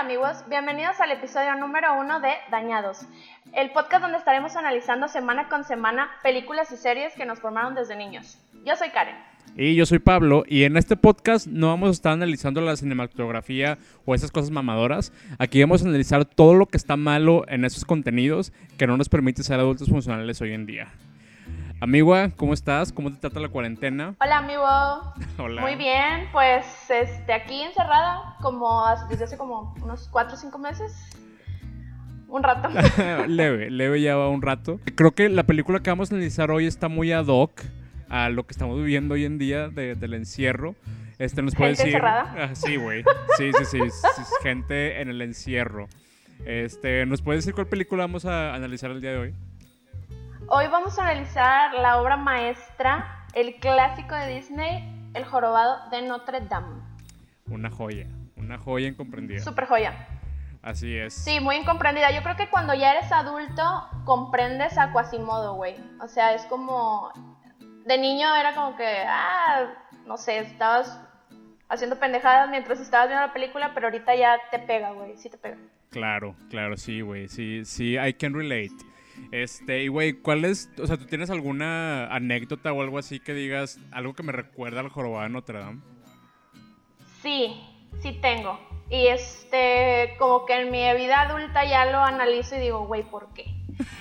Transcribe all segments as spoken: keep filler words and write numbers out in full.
amigos, bienvenidos al episodio número uno de Dañados, el podcast donde estaremos analizando semana con semana películas y series que nos formaron desde niños. Yo soy Karen. Y yo soy Pablo, y en este podcast no vamos a estar analizando la cinematografía o esas cosas mamadoras. Aquí vamos a analizar todo lo que está malo en esos contenidos que no nos permite ser adultos funcionales hoy en día. Amigua, ¿cómo estás? ¿Cómo te trata la cuarentena? Hola, amigo. Hola. Muy bien, pues este, aquí encerrada como desde hace como unos cuatro o cinco meses. Un rato. leve, leve ya va un rato. Creo que la película que vamos a analizar hoy está muy ad hoc a lo que estamos viviendo hoy en día de, del encierro. Este, ¿nos puede ¿Gente decir? encerrada? Ah, sí, güey. Sí, sí, sí, sí. Gente en el encierro. Este, ¿nos puede decir cuál película vamos a analizar el día de hoy? Hoy vamos a analizar la obra maestra, el clásico de Disney, El jorobado de Notre Dame. Una joya, una joya incomprendida. Súper joya. Así es. Sí, muy incomprendida. Yo creo que cuando ya eres adulto, comprendes a Quasimodo, güey. O sea, es como... De niño era como que, ah, no sé, estabas haciendo pendejadas mientras estabas viendo la película, pero ahorita ya te pega, güey, sí te pega. Claro, claro, sí, güey, sí, sí, I can relate. Este, y güey, ¿cuál es, o sea, tú tienes alguna anécdota o algo así que digas, algo que me recuerda al jorobado de Notre Dame? Sí, sí tengo. Y este, como que en mi vida adulta ya lo analizo y digo, güey, ¿por qué?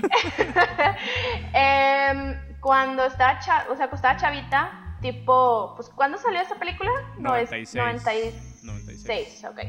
eh, cuando estaba, cha- o sea, cuando estaba chavita, tipo, pues, ¿cuándo salió esta película? noventa y seis. noventa y noventa y seis, ok.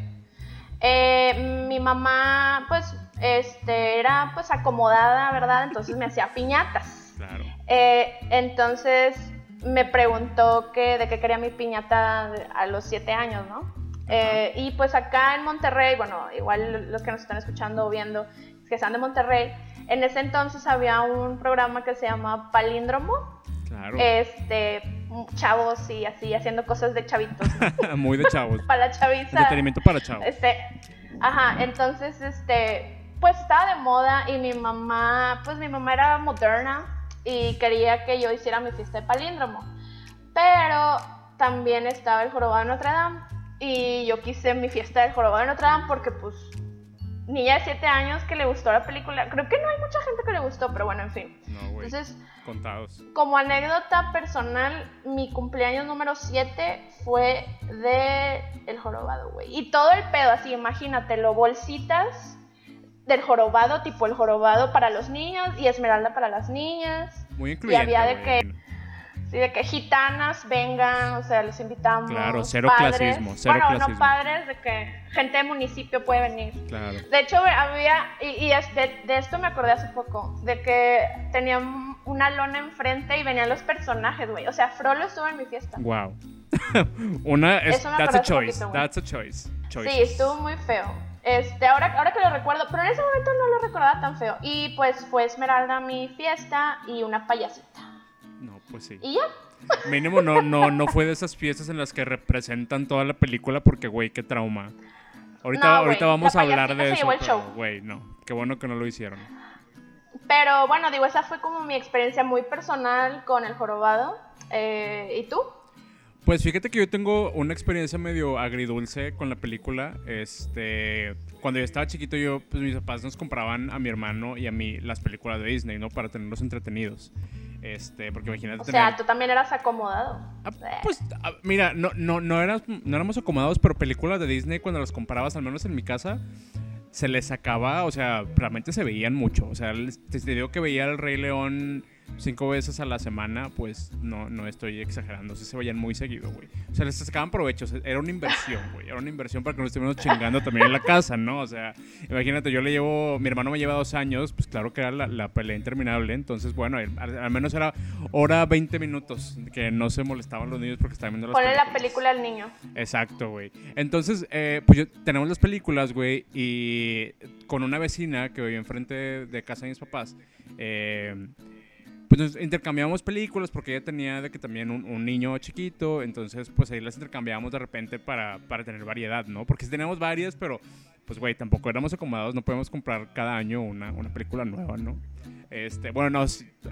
Eh, mi mamá, pues, este, era, pues, acomodada, ¿verdad? Entonces me hacía piñatas. Claro. Eh, entonces me preguntó que, de qué quería mi piñata a los siete años, ¿no? Eh, y pues acá en Monterrey, bueno, igual los que nos están escuchando o viendo, que sean de Monterrey, en ese entonces había un programa que se llama Palíndromo. Claro. Este, chavos y así, haciendo cosas de chavitos, ¿no? Muy de chavos. Para la chaviza. Entretenimiento para chavos. Este, ajá, entonces, este, pues estaba de moda y mi mamá, pues mi mamá era moderna y quería que yo hiciera mi fiesta de palíndromo. Pero también estaba el jorobado de Notre Dame y yo quise mi fiesta del jorobado de Notre Dame porque, pues, niña de siete años que le gustó la película. Creo que no hay mucha gente que le gustó, pero bueno, en fin. No, güey. Entonces, contados. como anécdota personal, mi cumpleaños número siete fue de El jorobado, güey. Y todo el pedo, así, imagínatelo, bolsitas del jorobado, tipo el jorobado para los niños y Esmeralda para las niñas. Muy incluyente, Y había de güey. que, sí, de que gitanas vengan, o sea, los invitamos. Claro, cero padres. clasismo, cero bueno, clasismo. no padres, de que gente de municipio puede venir. Claro. De hecho, había, y, y es de, de esto me acordé hace poco, de que tenían una lona enfrente y venían los personajes, güey. O sea, Frollo estuvo en mi fiesta. Wow. Una es, Eso me that's acordé a hace choice, poquito, güey. that's a choice. Choices. Sí, estuvo muy feo. Este, ahora, ahora que lo recuerdo, pero en ese momento no lo recordaba tan feo. Y pues fue Esmeralda mi fiesta y una payasita. No, pues sí. Y ya. Mínimo no, no, no fue de esas fiestas en las que representan toda la película porque, güey, qué trauma. Ahorita, No, ahorita güey, vamos la a hablar payasita de se eso, llevó el pero, show. güey, no. Qué bueno que no lo hicieron. Pero bueno, digo, esa fue como mi experiencia muy personal con el jorobado. Eh, ¿Y tú? Pues fíjate que yo tengo una experiencia medio agridulce con la película. Este, cuando yo estaba chiquito, yo, pues mis papás nos compraban a mi hermano y a mí las películas de Disney, ¿no? Para tenerlos entretenidos. Este, porque imagínate O sea, tener... tú también eras acomodado. Ah, pues, ah, mira, no, no, no, eras, no éramos acomodados, pero películas de Disney cuando las comprabas, al menos en mi casa, se les sacaba, o sea, realmente se veían mucho. O sea, te, te digo que veía El Rey León cinco veces a la semana, pues no, no estoy exagerando. Sí se veían muy seguido, güey. O sea, les sacaban provecho. O sea, era una inversión, güey. Era una inversión para que nos estuviéramos chingando también en la casa, ¿no? O sea, imagínate, yo le llevo... Mi hermano me lleva dos años, pues claro que era la, la pelea interminable. Entonces, bueno, al, al menos era hora veinte minutos que no se molestaban los niños porque estaban viendo las Ponle películas. la película al niño. Exacto, güey. Entonces, eh, pues yo, tenemos las películas, güey, y con una vecina que vivía enfrente de, de casa de mis papás, eh, pues nos intercambiábamos películas porque ella tenía de que también un, un niño chiquito, entonces pues ahí las intercambiábamos de repente para, para tener variedad, ¿no? Porque sí teníamos varias, pero pues güey, tampoco éramos acomodados, no podemos comprar cada año una, una película nueva, ¿no? Este, bueno, no, sí,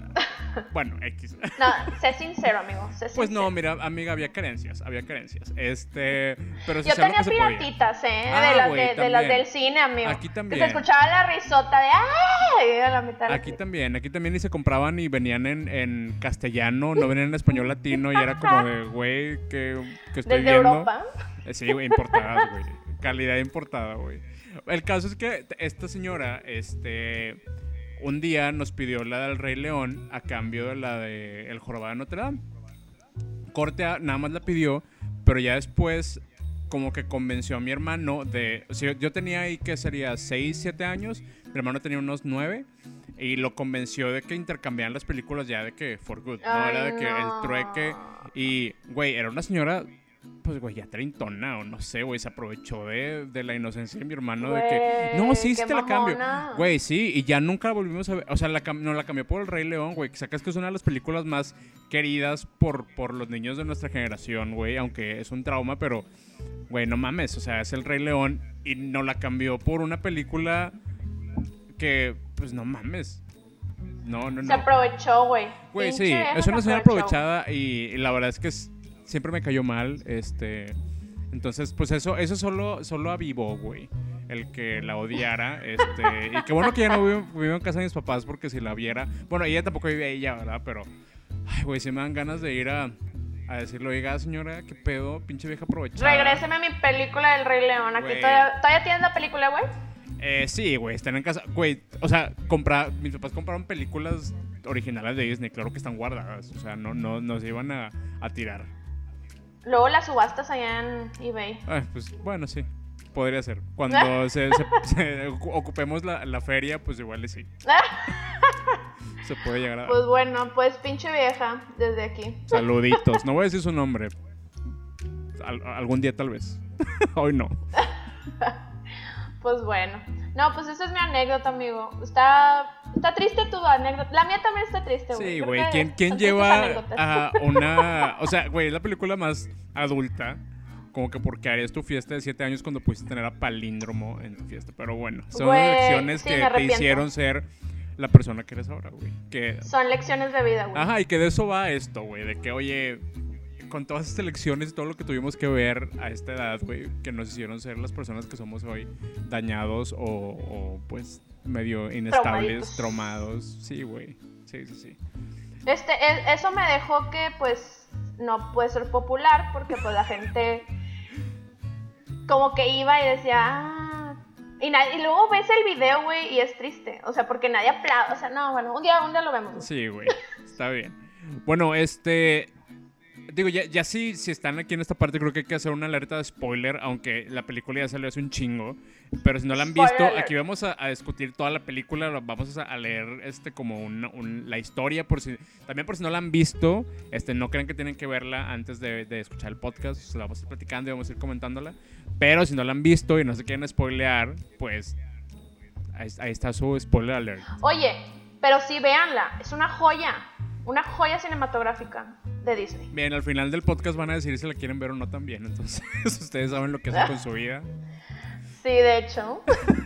Bueno, X. No, sé sincero, amigo. Sé Pues sincero. no, mira, amiga, había carencias, había carencias. Este, pero se Yo hacía lo tenía que se podía. piratitas, ¿eh? Ah, de, las güey, de, de las también. del cine, amigo. Aquí Que también. se escuchaba la risota de ¡ay! A la mitad de la Aquí película. también, aquí también y se compraban y venían en, en castellano, no venían en español latino y era como de, güey, que, que estoy Desde viendo. Europa. Eh, Sí, güey, importadas, güey. Calidad importada, güey. El caso es que esta señora, este, un día nos pidió la del Rey León a cambio de la de El Jorobado de Notre Dame. Corte A, nada más la pidió, pero ya después como que convenció a mi hermano de... O sea, yo tenía ahí que sería seis, siete años, mi hermano tenía unos nueve y lo convenció de que intercambiaran las películas ya de que for good, ¿no? Ay, Era de que no. el trueque y, güey, era una señora... Pues, güey, ya treintona o no sé, güey, se aprovechó de, de la inocencia de mi hermano de que... Güey, No, sí, sí qué te la cambio. mamona. Güey, sí, y ya nunca la volvimos a ver. O sea, la cam- nos la cambió por El Rey León, güey. Que sacas que es una de las películas más queridas por, por los niños de nuestra generación, güey. Aunque es un trauma, pero, güey, no mames. O sea, es El Rey León y nos la cambió por una película que, pues, no mames. No, no, Se no. aprovechó, güey. Güey, Pinche sí, vieja es se una señora aprovechó. aprovechada y, y la verdad es que es- siempre me cayó mal, este... Entonces, pues eso, eso solo, solo avivó, güey, el que la odiara, este... Y qué bueno que ya no vivo, vivo en casa de mis papás porque si la viera... Bueno, ella tampoco vive ella, ¿verdad? Pero, ay, güey, sí me dan ganas de ir a, a decirle, oiga, señora, qué pedo, pinche vieja aprovechada. Regréseme a mi película del Rey León. Aquí Güey. todavía, todavía tienes la película, güey. Eh, sí, güey, están en casa. Güey, o sea, compra, mis papás compraron películas originales de Disney, claro que están guardadas. O sea, no, no, no se iban a, a tirar. Luego las subastas allá en eBay. Ah, pues bueno, sí. Podría ser. Cuando se, se- se ocupemos la, la feria, pues igual y sí. Se puede llegar a dar. Pues bueno, pues pinche vieja, desde aquí. Saluditos. No voy a decir su nombre. Al- algún día tal vez. Hoy no. Pues bueno. No, pues esa es mi anécdota, amigo. Está, está triste tu anécdota. La mía también está triste, güey. Sí, Creo güey. que ¿Quién, quién son tristes lleva anécdotas. a una... O sea, güey, es la película más adulta. Como que porque harías tu fiesta de siete años cuando pudiste tener a Palíndromo en tu fiesta. Pero bueno, son Güey, lecciones sí, que me te arrepiento. hicieron ser la persona que eres ahora, güey. Que Son lecciones de vida, güey. Ajá, y que de eso va esto, güey. De que, oye, con todas estas elecciones y todo lo que tuvimos que ver a esta edad, güey, que nos hicieron ser las personas que somos hoy, dañados o, o, pues, medio inestables, Traumaditos. traumados. Sí, güey. Sí, sí, sí. Este, e- eso me dejó que, pues, no puede ser popular porque, pues, la gente como que iba y decía, ah... Y, na- y luego ves el video, güey, y es triste. O sea, porque nadie aplaude. O sea, no, bueno, un día, un día lo vemos. güey. Sí, güey. Está bien. Bueno, este... Digo, ya, ya sí, si están aquí en esta parte, creo que hay que hacer una alerta de spoiler, aunque la película ya salió hace un chingo. Pero si no la han Spoiler visto, alert. aquí vamos a, a discutir toda la película, vamos a, a leer este como una- un- la historia, por si también por si no la han visto, este no crean que tienen que verla antes de, de escuchar el podcast, se la vamos a ir platicando y vamos a ir comentándola. Pero si no la han visto y no se quieren spoilear, pues ahí, ahí está su spoiler alert. Oye, pero sí, véanla. Es una joya. Una joya cinematográfica de Disney. Bien, al final del podcast van a decir si la quieren ver o no también, entonces ustedes saben lo que hacen con su vida. Sí, de hecho.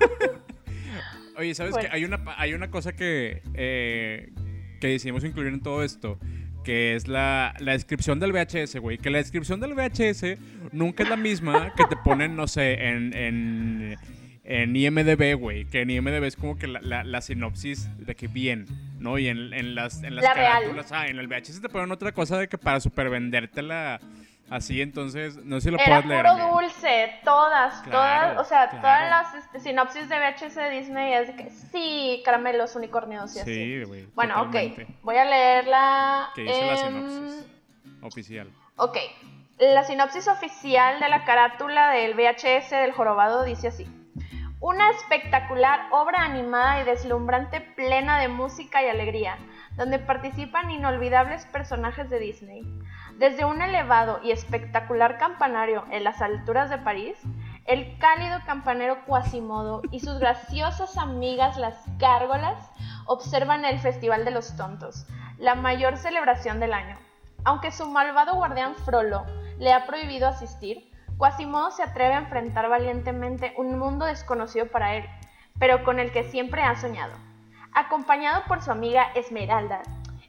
Oye, ¿sabes Bueno. qué? Hay una, hay una cosa que, eh, que decidimos incluir en todo esto, que es la, la descripción del V H S, güey. Que la descripción del V H S nunca es la misma que te ponen, no sé, en, en, en I M D B, güey. Que en I M D B es como que la, la, la sinopsis de que bien, ¿no? Y en, en las, en las La real. carátulas, ah, en el V H S te ponen otra cosa de que para supervendértela así, entonces, no sé si lo Era puedes leer. puro amigo. dulce, todas, Claro, todas, o sea, claro. todas las este, sinopsis de V H S de Disney es de que sí, caramelos, unicornios y así. Sí, güey. Bueno, totalmente. ok, voy a leerla. ¿Qué dice la em, sinopsis oficial? Ok, la sinopsis oficial de la carátula del V H S del Jorobado dice así: una espectacular obra animada y deslumbrante plena de música y alegría, donde participan inolvidables personajes de Disney. Desde un elevado y espectacular campanario en las alturas de París, el cálido campanero Quasimodo y sus graciosas amigas las gárgolas observan el Festival de los Tontos, la mayor celebración del año. Aunque su malvado guardián Frollo le ha prohibido asistir, Quasimodo se atreve a enfrentar valientemente un mundo desconocido para él, pero con el que siempre ha soñado. Acompañado por su amiga Esmeralda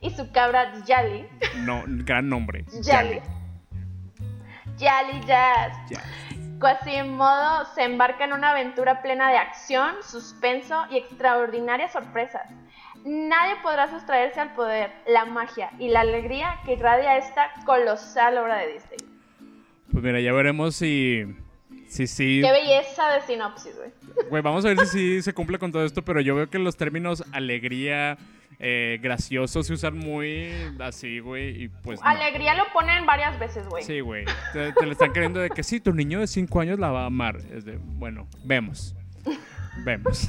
y su cabra Yali. No, gran nombre. Yali. Yali Jazz. Jazz. Quasimodo se embarca en una aventura plena de acción, suspenso y extraordinarias sorpresas. Nadie podrá sustraerse al poder, la magia y la alegría que irradia esta colosal obra de Disney. Pues mira, ya veremos si... si, si... Qué belleza de sinopsis, güey. Güey, vamos a ver si sí se cumple con todo esto, pero yo veo que los términos alegría, eh, gracioso se usan muy así, güey, y pues no. Alegría lo ponen varias veces, güey. Sí, güey. Te, te le están queriendo de que sí, tu niño de cinco años la va a amar. Es de, bueno, vemos. Vemos.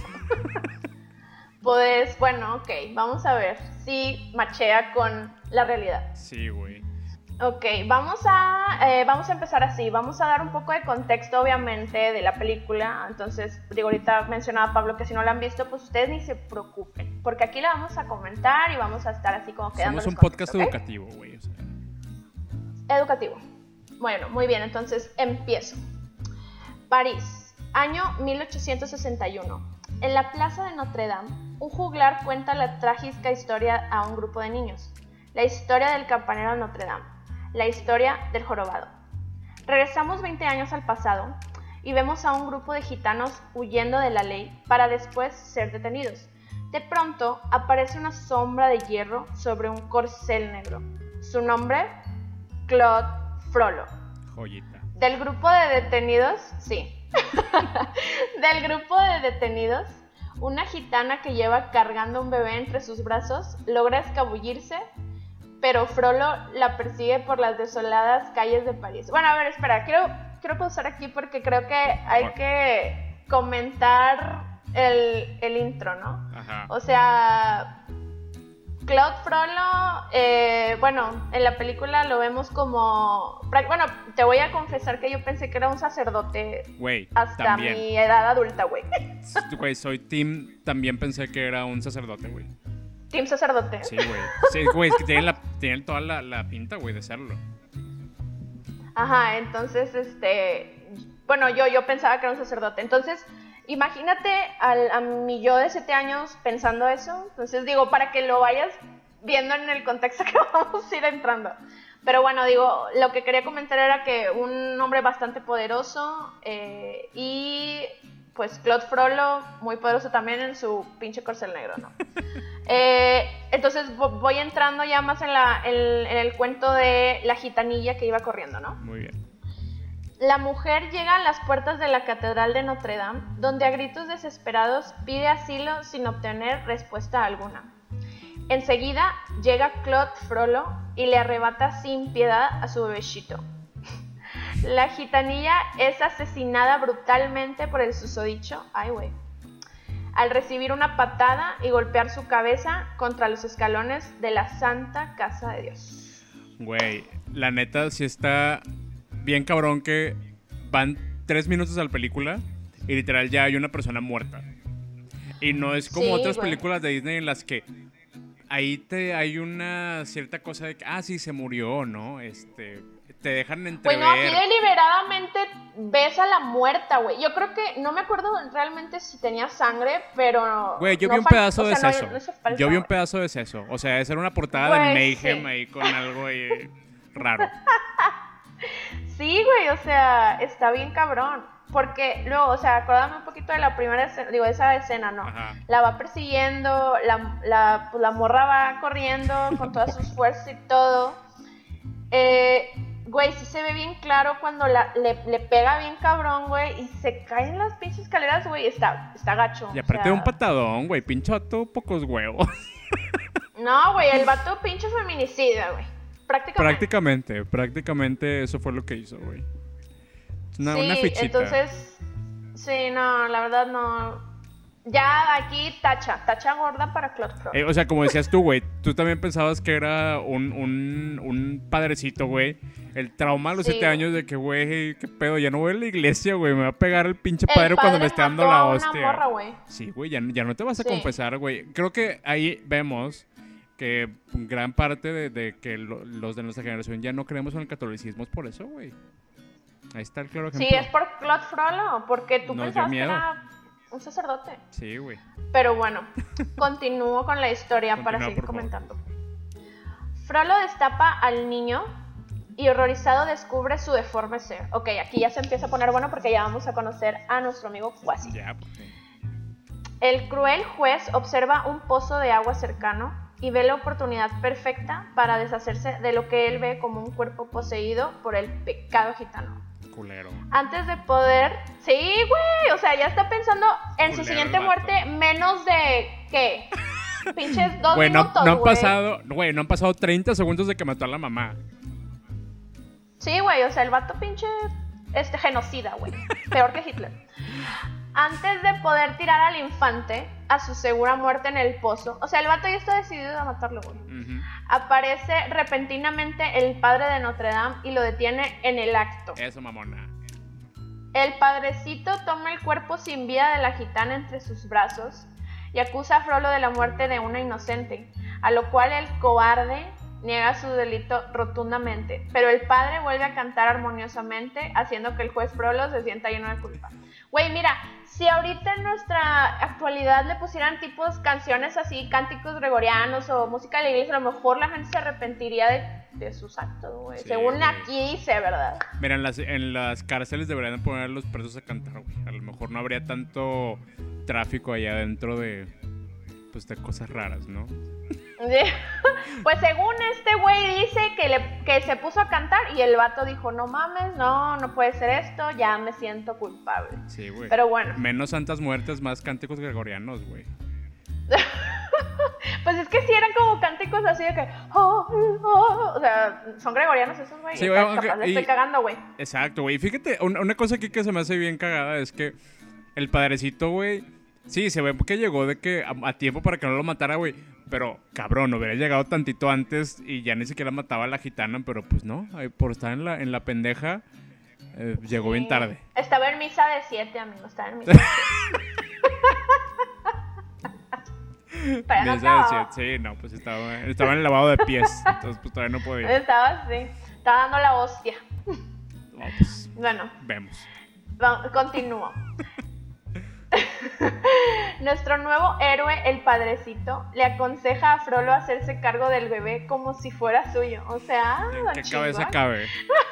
Pues, bueno, ok, vamos a ver si machea con la realidad. Sí, güey. Ok, vamos a, eh, vamos a empezar así, vamos a dar un poco de contexto obviamente de la película. Entonces, digo, ahorita mencionaba Pablo que si no la han visto, pues ustedes ni se preocupen, porque aquí la vamos a comentar y vamos a estar así como quedándoles. Somos un podcast contexto, educativo, güey. O sea. Educativo. Bueno, muy bien, entonces empiezo. París, año mil ochocientos sesenta y uno. En la plaza de Notre Dame, un juglar cuenta la trágica historia a un grupo de niños. La historia del campanero de Notre Dame. La historia del jorobado. Regresamos veinte años al pasado y vemos a un grupo de gitanos huyendo de la ley para después ser detenidos. De pronto aparece una sombra de hierro sobre un corcel negro. Su nombre, Claude Frollo. Joyita. Del grupo de detenidos, sí. Del grupo de detenidos, una gitana que lleva cargando un bebé entre sus brazos logra escabullirse, pero Frollo la persigue por las desoladas calles de París. Bueno, a ver, espera, quiero, quiero pausar aquí porque creo que hay que comentar el, el intro, ¿no? Ajá. O sea, Claude Frollo, eh, bueno, en la película lo vemos como... Bueno, te voy a confesar que yo pensé que era un sacerdote Güey, hasta también. mi edad adulta, güey. Güey, soy Tim, también pensé que era un sacerdote, güey. Team sacerdote. Sí, güey. Sí, güey, es que tienen, la, tienen toda la, la pinta, güey, de serlo. Ajá, entonces, este... Bueno, yo, yo pensaba que era un sacerdote. Entonces, imagínate al, a mi yo de siete años pensando eso. Entonces, digo, para que lo vayas viendo en el contexto que vamos a ir entrando. Pero bueno, digo, lo que quería comentar era que un hombre bastante poderoso eh, y... pues Claude Frollo, muy poderoso también en su pinche corcel negro, ¿no? eh, entonces voy entrando ya más en, la, en, en el cuento de la gitanilla que iba corriendo, ¿no? Muy bien. La mujer llega a las puertas de la Catedral de Notre Dame, donde a gritos desesperados pide asilo sin obtener respuesta alguna. Enseguida llega Claude Frollo y le arrebata sin piedad a su bebecito. La gitanilla es asesinada brutalmente por el susodicho, ay güey, al recibir una patada y golpear su cabeza contra los escalones de la Santa Casa de Dios. Güey, la neta sí está bien cabrón que van tres minutos a la película y literal ya hay una persona muerta. Y no es como Sí, otras güey. películas de Disney en las que ahí te hay una cierta cosa de que, ah, sí, se murió, ¿no? Este... te dejan entrever. Bueno, aquí deliberadamente ves a la muerta, güey. Yo creo que, no me acuerdo realmente si tenía sangre, pero... Güey, yo no vi un fal- pedazo o de sea, no- seso. no hizo falta, Yo vi un güey. pedazo de seso. O sea, esa era una portada Güey, de Mayhem sí. ahí con algo ahí raro. Sí, güey, o sea, está bien cabrón. Porque luego, o sea, acuérdame un poquito de la primera escena, digo, esa escena, ¿no? Ajá. La va persiguiendo, la, la, pues la morra va corriendo con todas sus fuerzas y todo. Eh, güey, sí se ve bien claro cuando la, le, le pega bien cabrón, güey, y se caen las pinches escaleras, güey, está, está gacho. Y o aparte sea, de un patadón, güey, pinche vato, pocos huevos. No, güey, el vato pinche feminicida, güey. Prácticamente. Prácticamente, prácticamente eso fue lo que hizo, güey. Una, sí, una fichita. entonces, sí, no, la verdad no. Ya aquí tacha, tacha gorda para Claude Frollo. Eh, o sea, como decías tú, güey, tú también pensabas que era un, un, un padrecito, güey. El trauma a los Sí, siete güey. años de que, güey, qué pedo, ya no voy a la iglesia, güey, me va a pegar el pinche El padre cuando padre me esté dando mató la a una hostia. morra, güey. Sí, güey, ya, ya no te vas a Sí. confesar, güey. Creo que ahí vemos que gran parte de, de que lo- los de nuestra generación ya no creemos en el catolicismo es por eso, güey. Ahí está el claro ejemplo. Sí, es por Claude Frollo, porque tú Nos dio pensabas que miedo. era un sacerdote. Sí, güey. Pero bueno, continúo con la historia para Continúa, seguir por favor. comentando. Frollo destapa al niño y horrorizado descubre su deforme ser. Ok, aquí ya se empieza a poner bueno porque ya vamos a conocer a nuestro amigo Quasi. Ya, porque... El cruel juez observa un pozo de agua cercano y ve la oportunidad perfecta para deshacerse de lo que él ve como un cuerpo poseído por el pecado gitano. Culero. Antes de poder... Sí, güey, o sea, ya está pensando en Culero su siguiente el vato. muerte menos de... ¿Qué? Pinches dos Güey, no, minutos, no han güey. pasado, güey, no han pasado treinta segundos de que mató a la mamá. Sí, güey, o sea, el vato pinche este genocida, güey. Peor que Hitler. Antes de poder tirar al infante a su segura muerte en el pozo, o sea, el vato ya está decidido a matarlo, güey. Uh-huh. Aparece repentinamente el padre de Notre Dame y lo detiene en el acto. Eso, mamona. El padrecito toma el cuerpo sin vida de la gitana entre sus brazos y acusa a Frollo de la muerte de una inocente, a lo cual el cobarde niega su delito rotundamente, pero el padre vuelve a cantar armoniosamente, haciendo que el juez Frollo se sienta lleno de culpa. Güey, mira, si ahorita en nuestra actualidad le pusieran tipos canciones así, cánticos gregorianos o música de la iglesia, a lo mejor la gente se arrepentiría de, de sus actos, güey. Sí, según güey. aquí dice, ¿verdad? Mira, en las, en las cárceles deberían poner a los presos a cantar, güey. A lo mejor no habría tanto tráfico allá adentro de, pues, de cosas raras, ¿no? Pues según este güey dice que, le, que se puso a cantar y el vato dijo, no mames, no, no puede ser esto, ya me siento culpable. Sí, güey. Pero bueno. Menos santas muertes, más cánticos gregorianos, güey. Pues es que sí eran como cánticos así de que, oh, oh, o sea, son gregorianos esos, güey. Sí, y güey, capaz aunque- le estoy y- cagando, güey. Exacto, güey. Fíjate, una, una cosa aquí que se me hace bien cagada es que el padrecito, güey, sí, se ve que llegó de que a, a tiempo para que no lo matara, güey. Pero, cabrón, hubiera llegado tantito antes y ya ni siquiera mataba a la gitana, pero pues no, ahí por estar en la, en la pendeja, eh, llegó bien tarde. Estaba en misa de siete, amigo, estaba en misa de siete. Pero no Misa de estaba. siete, sí, no, pues estaba, estaba en el lavado de pies, entonces pues todavía no podía. Estaba así, estaba dando la hostia. No, pues, Bueno, vemos. va- continúo. Nuestro nuevo héroe, el padrecito, le aconseja a Frollo hacerse cargo del bebé como si fuera suyo. O sea, ¿En qué chingón. cabeza cabe?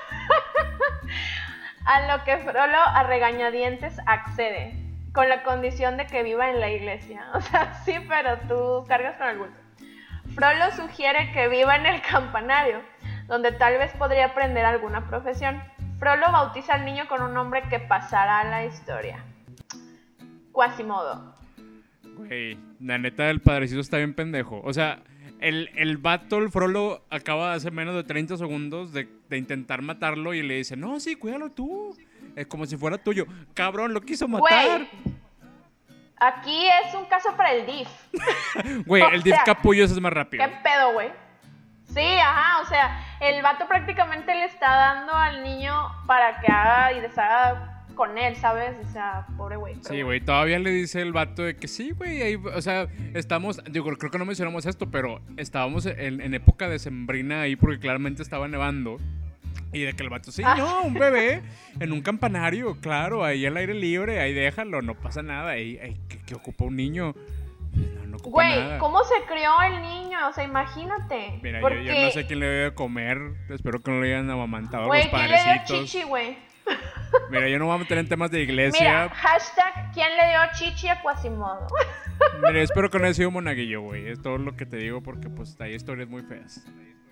A lo que Frollo a regañadientes accede, con la condición de que viva en la iglesia. O sea, sí, pero tú cargas con el bulto. Frollo sugiere que viva en el campanario, donde tal vez podría aprender alguna profesión. Frollo bautiza al niño con un nombre que pasará a la historia: Quasimodo. Güey, la neta del padrecito está bien pendejo. O sea, el, el vato, el Frollo, acaba de hace menos de treinta segundos de, de intentar matarlo y le dice, no, sí, cuídalo tú. Es como si fuera tuyo. Cabrón, lo quiso matar. Güey, aquí es un caso para el D I F. Güey, o el Div sea, Capullos es más rápido. ¿Qué pedo, güey? Sí, ajá, o sea, el vato prácticamente le está dando al niño para que haga y deshaga con él, ¿sabes? O sea, pobre güey. pero Sí, güey, todavía le dice el vato de que sí, güey, ahí, o sea, estamos, digo, creo que no mencionamos esto, pero estábamos en, en época decembrina ahí porque claramente estaba nevando. Y de que el vato, sí, Ah. no, un bebé en un campanario, claro, ahí al aire libre, ahí déjalo, no pasa nada, ahí, ahí ¿qué, qué ocupa un niño? No, no ocupa Güey, nada. ¿cómo se crió el niño? O sea, imagínate. Mira, yo- Porque, yo, no sé quién le debe comer, espero que no le hayan amamantado a güey, los ¿quién le dio padrecitos. chichi, güey? Mira, yo no voy a meter en temas de Mira, iglesia. hashtag, ¿quién le dio chichi a Quasimodo? Mira, espero que no haya sido monaguillo, güey. Es todo lo que te digo porque pues hay historias muy feas.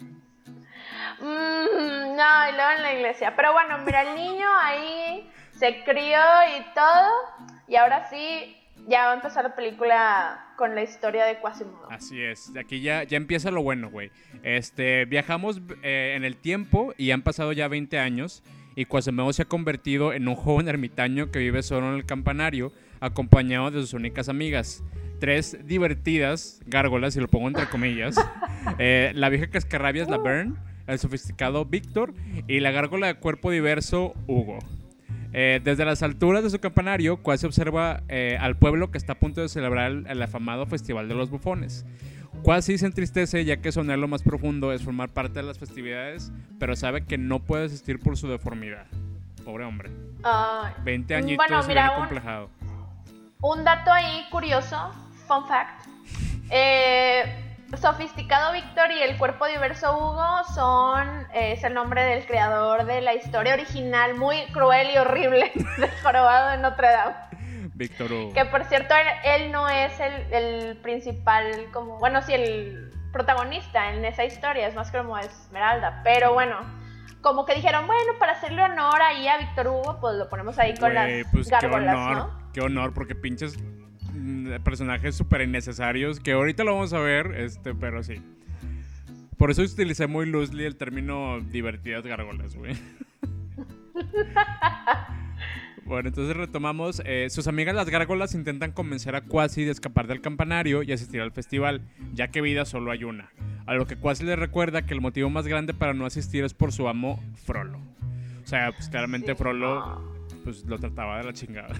Mm, no, y luego en la iglesia. Pero bueno, mira, el niño ahí se crió y todo. Y ahora sí, ya va a empezar la película con la historia de Quasimodo. Así es. Aquí ya, ya empieza lo bueno, güey. Este, viajamos eh, en el tiempo y han pasado ya veinte años. Y Quasimodo se ha convertido en un joven ermitaño que vive solo en el campanario, acompañado de sus únicas amigas. Tres divertidas gárgolas, si lo pongo entre comillas. Eh, la vieja cascarrabias, la Bern, el sofisticado Víctor y la gárgola de cuerpo diverso, Hugo. Eh, desde las alturas de su campanario, Quasi observa eh, al pueblo que está a punto de celebrar el, el afamado Festival de los Bufones. Quasi se entristece ya que su anhelo más profundo es formar parte de las festividades, pero sabe que no puede asistir por su deformidad. Pobre hombre. Ay. veinte añitos Bueno, y mira, bien un- acomplejado. Un dato ahí curioso, fun fact. Eh, Sofisticado Víctor y el cuerpo diverso Hugo son, eh, es el nombre del creador de la historia original, muy cruel y horrible, del jorobado de Notre Dame. Víctor Hugo. Que por cierto, él, él no es el, el principal, como, bueno, sí, el protagonista en esa historia, es más como Esmeralda, pero bueno, como que dijeron, bueno, para hacerle honor ahí a Víctor Hugo, pues lo ponemos ahí con Güey, las pues gárgolas, qué honor, ¿no? Qué honor, porque pinches mm, personajes súper innecesarios, que ahorita lo vamos a ver, este, pero sí. Por eso utilicé muy loosely el término divertidas gárgolas, güey. Bueno, entonces retomamos. Eh, sus amigas las gárgolas intentan convencer a Quasi de escapar del campanario y asistir al festival, ya que vida solo hay una. A lo que Quasi le recuerda que el motivo más grande para no asistir es por su amo, Frollo. O sea, pues claramente Sí. Frollo pues, lo trataba de la chingada.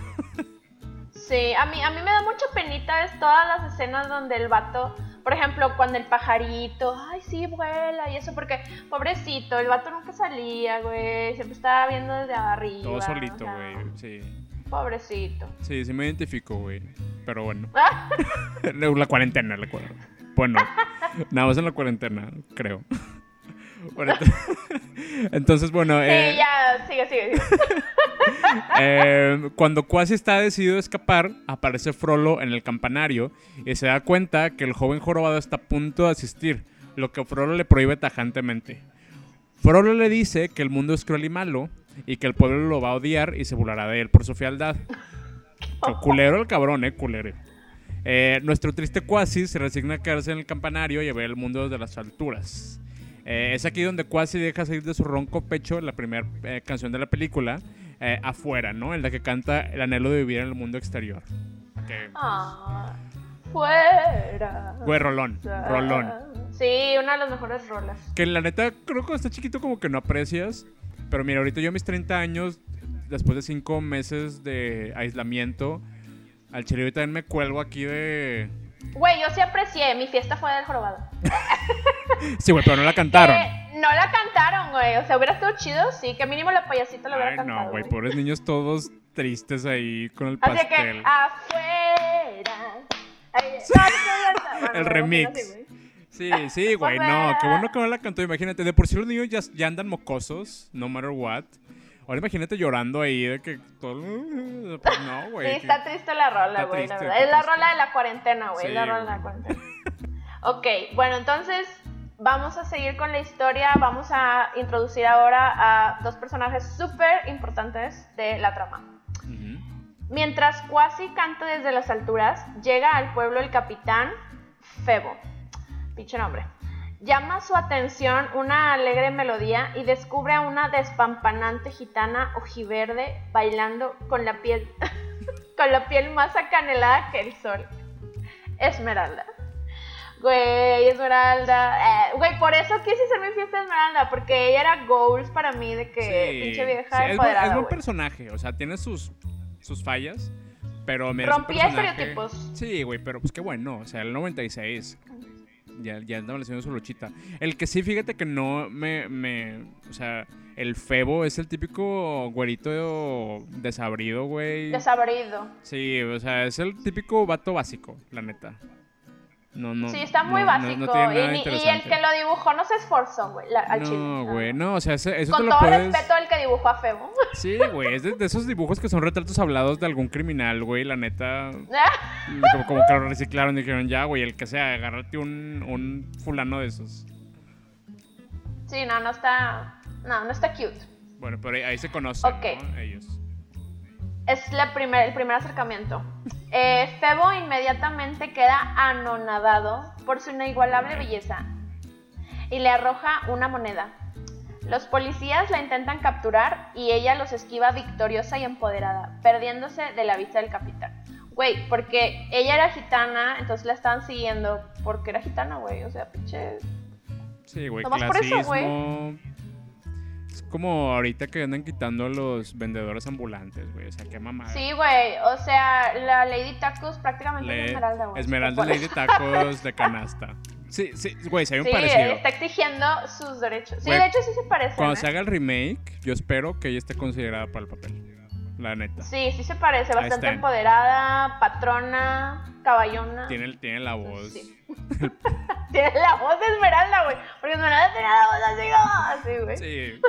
Sí, a mí, a mí me da mucha penita es todas las escenas donde el vato, por ejemplo, cuando el pajarito, ay, sí, vuela y eso, porque, pobrecito, el vato nunca salía, güey, siempre estaba viendo desde arriba. Todo solito, o sea, güey, sí. Pobrecito. Sí, sí me identifico, güey. Pero bueno. La cuarentena, recuerdo. Bueno, nada más en la cuarentena, creo. Bueno, ent- entonces, bueno. Sí, eh, ya, sigue, sigue, sigue. eh, cuando Quasi está decidido a escapar, aparece Frollo en el campanario y se da cuenta que el joven jorobado está a punto de asistir, lo que Frollo le prohíbe tajantemente. Frollo le dice que el mundo es cruel y malo y que el pueblo lo va a odiar y se burlará de él por su fealdad. Culero el cabrón, eh, culero. Eh, nuestro triste Quasi se resigna a quedarse en el campanario y a ver el mundo desde las alturas. Eh, es aquí donde Quasi deja salir de su ronco pecho la primera eh, canción de la película, eh, Afuera, ¿no? En la que canta el anhelo de vivir en el mundo exterior. Que... Ah, fuera. Güey, rolón, rolón. Sí, una de las mejores rolas. Que la neta, creo que cuando estás chiquito como que no aprecias. Pero mira, ahorita yo a mis treinta años, después de cinco meses de aislamiento, al chile yo también me cuelgo aquí de... Güey, yo sí aprecié, mi fiesta fue del jorobado. Sí, güey, pero no la cantaron. Eh, no la cantaron, güey, o sea, hubiera estado chido, sí, que mínimo la payasita lo hubiera Ay, cantado. no, güey, pobres niños todos tristes ahí con el Así pastel. que, afuera. Ay, no, no, no, no, no, El no, remix. así, güey. Sí, sí, güey, no, qué bueno que no la cantó. Imagínate, de por sí los niños ya, ya andan mocosos, no matter what. Ahora imagínate llorando ahí de que todo... Pues no, güey. Sí, está triste la rola, Está güey, la triste, verdad. está Es la triste. rola de la cuarentena, güey, Sí, es la rola de la güey. cuarentena. Ok, bueno, entonces vamos a seguir con la historia. Vamos a introducir ahora a dos personajes súper importantes de la trama. Ujú. Mientras Quasi canta desde las alturas, llega al pueblo el capitán Febo. Pinche nombre. Llama su atención una alegre melodía y descubre a una despampanante gitana ojiverde bailando con la piel con la piel más acanelada que el sol. Esmeralda. Güey, Esmeralda. Eh, güey, por eso quise hacer mi fiesta de Esmeralda, porque ella era goals para mí de que Sí, pinche vieja sí, es, buen, empoderada, es buen güey. personaje, o sea, tiene sus, sus fallas, pero mira, es un Rompía personaje- estereotipos. Sí, güey, pero pues qué bueno, o sea, el noventa y seis ya, ya andaba haciendo su luchita. El que sí, fíjate que no me, me, o sea, el Febo es el típico güerito desabrido, güey. Desabrido. Sí, o sea, es el típico vato básico, la neta. No, no. Sí, está muy no, básico. No, no tiene nada y, ni- y interesante. el que lo dibujó no se esforzó, güey, la- al chile. No, güey, no, o sea, ese- eso Con te lo todo puedes... respeto al que dibujó a Febo. Sí, güey, es de, de esos dibujos que son retratos hablados de algún criminal, güey, la neta. Como, como que lo reciclaron y dijeron, ya, güey, el que sea, agárrate un, un fulano de esos. Sí, no, no está. No, no está cute. Bueno, pero ahí, ahí se conocen, Ok. ¿no? Ellos. Es la primer, el primer acercamiento. Eh, Febo inmediatamente queda anonadado por su inigualable belleza y le arroja una moneda. Los policías la intentan capturar y ella los esquiva victoriosa y empoderada, perdiéndose de la vista del capitán. Güey, porque ella era gitana, entonces la estaban siguiendo porque era gitana, güey. O sea, pinche... Sí, güey, Nomás por eso, clasismo. güey. Es como ahorita que andan quitando a los vendedores ambulantes, güey. O sea, qué mamada. Sí, güey. O sea, la Lady Tacos prácticamente Le- es Esmeralda, güey. Esmeralda Lady Tacos de canasta. Sí, sí, güey, se hay un Sí, parecido. está exigiendo sus derechos. Sí, Güey, de hecho sí se parecen, Cuando ¿eh? se haga el remake, yo espero que ella esté considerada para el papel. La neta. Sí, sí se parece. Ahí Bastante están. empoderada, patrona, caballona. Tiene, tiene la voz. Sí. Tiene la voz de Esmeralda, güey. Porque Esmeralda tenía la voz así, así, güey. Sí.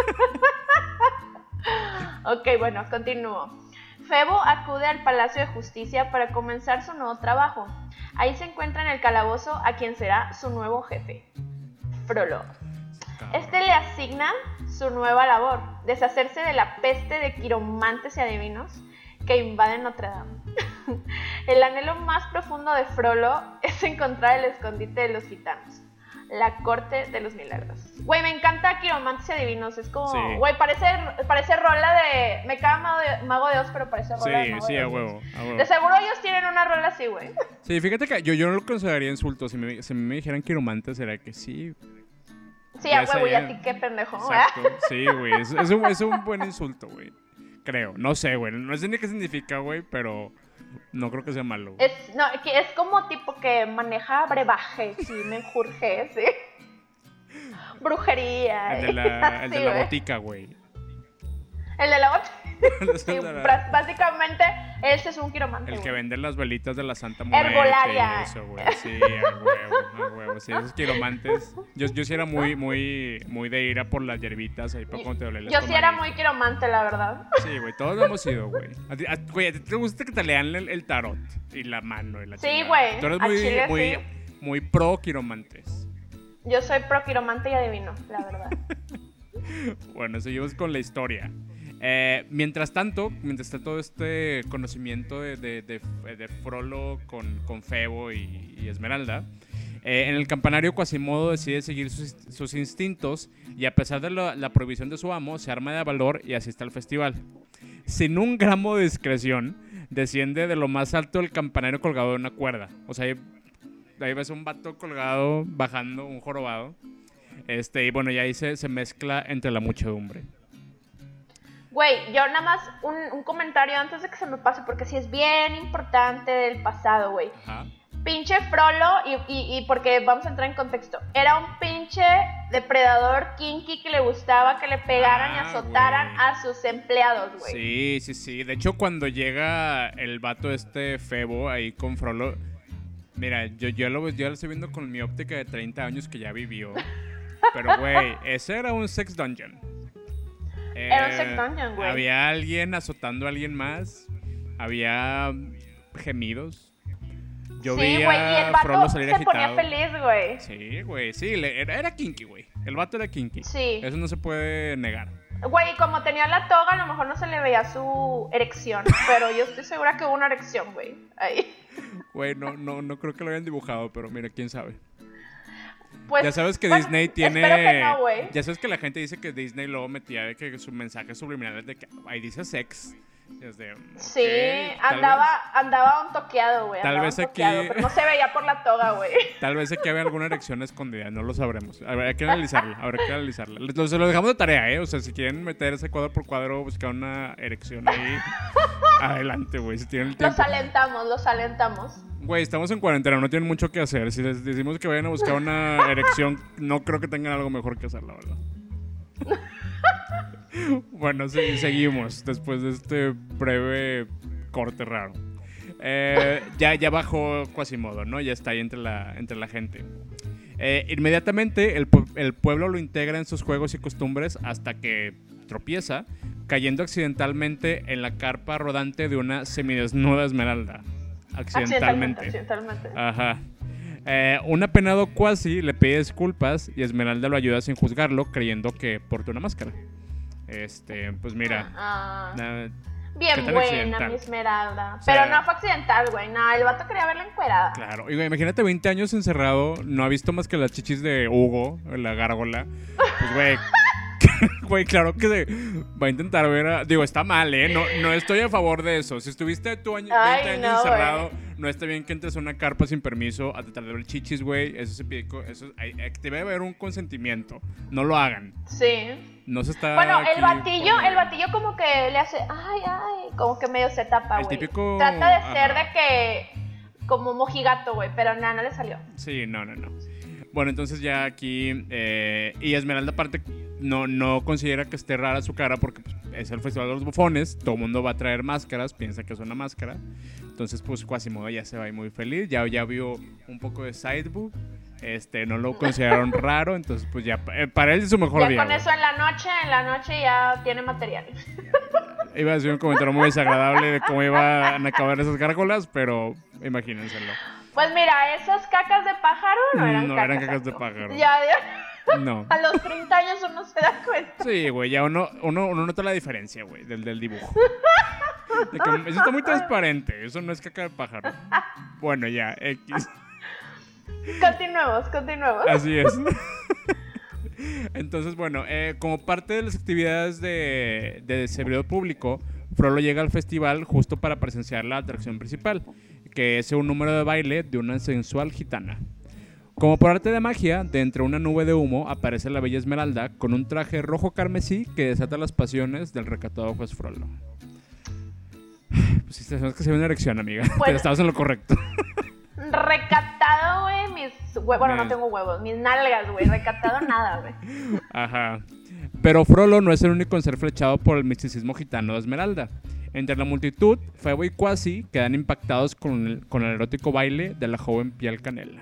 Ok, bueno, continúo. Febo acude al Palacio de Justicia para comenzar su nuevo trabajo. Ahí se encuentra en el calabozo a quien será su nuevo jefe, Frollo. Este le asigna su nueva labor, deshacerse de la peste de quiromantes y adivinos que invaden Notre Dame. El anhelo más profundo de Frollo es encontrar el escondite de los gitanos, la corte de los milagros. Güey, me encanta quiromantes y adivinos, es como, güey, sí. parece, parece rola de, me caga Mago de, Mago de Oz, pero parece rola sí, de Mago sí, de a Oz. huevo, a huevo. De seguro ellos tienen una rola así, güey. Sí, fíjate que yo, yo no lo consideraría insulto, si me, si me dijeran quiromantes, será que sí. Sí, a huevo, y a ti qué pendejo. Exacto, sí, güey, es, es, un, es un buen insulto, güey. Creo, no sé, güey, no sé ni qué significa, güey, pero no creo que sea malo. Es, no, que es como tipo que maneja brebaje, sí, menjurje, sí. Brujería. El de la, el sí, de la botica, güey. El de la botica. Sí, básicamente, ese es un quiromante. El que güey. vende las velitas de la Santa Muerte. Herbolaria. Y eso, güey. Sí, a huevo, a huevo. Sí, esos quiromantes. Yo, yo sí era muy, muy, muy de ir a por las hierbitas ahí para cuando te duele el Yo sí era muy quiromante, la verdad. Sí, güey, todos lo hemos sido, güey. A ti, a, güey, ¿a ti te gusta que te lean el, el tarot y la mano y la Sí, güey. Tú eres a muy, Chile, muy, sí. muy pro quiromantes. Yo soy pro quiromante y adivino, la verdad. Bueno, seguimos con la historia. Eh, mientras tanto, mientras está todo este conocimiento de, de, de, de Frollo con, con Febo y, y Esmeralda, eh, en el campanario Quasimodo decide seguir sus, sus instintos y a pesar de la, la prohibición de su amo, se arma de valor y asiste al festival. Sin un gramo de discreción, desciende de lo más alto del campanario colgado de una cuerda. O sea, ahí, ahí ves un vato colgado, bajando, un jorobado. Este, y bueno, y ahí se, se mezcla entre la muchedumbre. Güey, yo nada más un, un comentario antes de que se me pase, porque sí es bien importante del pasado, güey. Ajá. Pinche Frollo, y, y, y porque vamos a entrar en contexto, era un pinche depredador kinky que le gustaba que le pegaran ah, y azotaran güey. a sus empleados, güey. Sí, sí, sí. De hecho, cuando llega el vato este Febo ahí con Frollo, mira, yo, yo, lo, yo lo estoy viendo con mi óptica de treinta años que ya vivió. Pero, güey, ese era un sex dungeon. Era un sex dungeon, güey. Había alguien azotando a alguien más. Había gemidos. Yo sí, vi güey, y el a vato Frollo salir se agitado. ponía feliz, güey. Sí, güey, sí, le, era, era kinky, güey. El vato era kinky. Sí. Eso no se puede negar. Güey, como tenía la toga, a lo mejor no se le veía su erección, pero yo estoy segura que hubo una erección, güey, ahí. Güey, no, no, no creo que lo hayan dibujado, pero mira, quién sabe. Pues, ya sabes que bueno, Disney tiene... Espero que no, güey. Ya sabes que la gente dice que Disney luego metía de que su mensaje subliminal es de que ahí dice sex. Desde, sí, okay, andaba, andaba un toqueado, güey. Tal vez un aquí... toqueado, pero no se veía por la toga, güey. Tal vez aquí había alguna erección escondida, no lo sabremos. Habrá que analizarla, habrá que analizarla. Lo, se lo dejamos de tarea, ¿eh? O sea, si quieren meter ese cuadro por cuadro, buscar una erección ahí, adelante, güey, si tienen el tiempo. Los alentamos, los alentamos. Güey, estamos en cuarentena, no tienen mucho que hacer. Si les decimos que vayan a buscar una erección, no creo que tengan algo mejor que hacer, la verdad. Bueno, sí, seguimos después de este breve corte raro. Eh, ya, ya bajó Quasimodo, ¿no? Ya está ahí entre la, entre la gente. Eh, inmediatamente el, el pueblo lo integra en sus juegos y costumbres hasta que tropieza, cayendo accidentalmente en la carpa rodante de una semidesnuda Esmeralda. Accidentalmente. Accidentalmente. Ajá. Eh, un apenado Quasi le pide disculpas y Esmeralda lo ayuda sin juzgarlo, creyendo que porta una máscara. Este, pues mira. Ah, na, bien buena, mi Esmeralda. O sea, pero no fue accidental, güey. No, el vato quería verla encuerada. Claro. Y, güey, imagínate veinte años encerrado, no ha visto más que las chichis de Hugo, la gárgola. Pues, güey. Güey, claro que se va a intentar ver a... Digo, está mal, ¿eh? No, no estoy a favor de eso. Si estuviste tu año, veinte Ay, años no, encerrado, güey. no está bien que entres a una carpa sin permiso a tratar de ver chichis, güey. Eso se pide... Eso, hay, debe haber un consentimiento. No lo hagan. Sí. No se está... Bueno, el aquí batillo, por- el batillo como que le hace... Ay, ay, como que medio se tapa, El güey. típico- Trata de ser ajá. de que... Como mojigato, güey, pero nada, no le salió. Sí, no, no, no. Bueno, entonces ya aquí... Eh, y Esmeralda aparte no, no considera que esté rara su cara porque pues, es el Festival de los Bufones. Todo el mundo va a traer máscaras, piensa que es una máscara. Entonces pues Quasimodo ya se va ahí muy feliz. Ya, ya vio un poco de sideboob. Este, no lo consideraron raro, entonces pues ya, eh, para él es su mejor ya día. con güey. eso en la noche, en la noche ya tiene material. Iba a decir un comentario muy desagradable de cómo iban a acabar esas gárgolas, pero imagínenselo. Pues mira, esos cacas de pájaro no eran No cacas. eran cacas de amigo. pájaro. Ya, ya. No. A los treinta años uno se da cuenta. Sí, güey, ya uno, uno, uno nota la diferencia, güey, del, del dibujo. De que eso está muy transparente, eso no es caca de pájaro. Bueno, ya, X. Continuemos, continuemos. Así es. Entonces, bueno, eh, como parte de las actividades de, de servidor público, Frollo llega al festival justo para presenciar la atracción principal, que es un número de baile de una sensual gitana. Como por arte de magia, de entre una nube de humo aparece la bella Esmeralda con un traje rojo carmesí que desata las pasiones del recatado juez Frollo. Pues si te sabes que se ve una erección, amiga. Pues- Pero estabas en lo correcto. Recatado, güey, mis huevos. Bueno, no Mis- tengo huevos, mis nalgas, güey. Recatado nada, güey. Ajá. Pero Frollo no es el único en ser flechado por el misticismo gitano de Esmeralda. Entre la multitud, Febo y Quasi quedan impactados con el, con el erótico baile de la joven piel canela.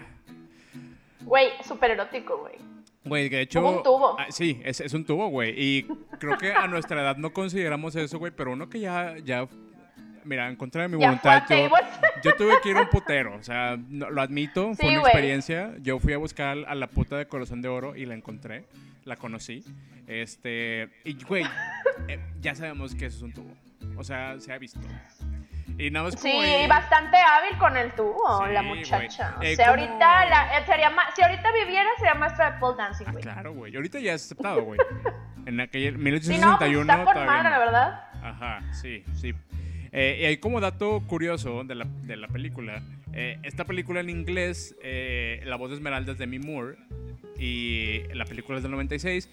Güey, súper erótico, güey. Güey, que de hecho... Como un tubo. Ah, sí, es, es un tubo, güey. Y creo que a nuestra edad no consideramos eso, güey. Pero uno que ya... ya mira, en contra de mi Ya voluntad, fue a yo, tables. yo tuve que ir a un putero. O sea, no- lo admito, fue Sí, una güey. experiencia. Yo fui a buscar a la puta de Corazón de Oro y la encontré. La conocí. Este... Y, güey, eh, ya sabemos que eso es un tubo. O sea, se ha visto. Y nada más Sí, como... eh, bastante hábil con el tubo, Sí, la muchacha. güey. Eh, o sea, ¿cómo? ahorita, la, eh, sería ma- si ahorita viviera, sería maestra de pole dancing, Ah, güey. claro, güey. Ahorita ya es aceptado, güey. En aquel Sí, no, pues mil ochocientos sesenta y uno está con todavía madre, no. la verdad. Ajá, sí, sí. Eh, y hay como dato curioso de la, de la película. Eh, esta película en inglés, eh, la voz de Esmeralda es de Demi Moore. Y la película es del noventa y seis.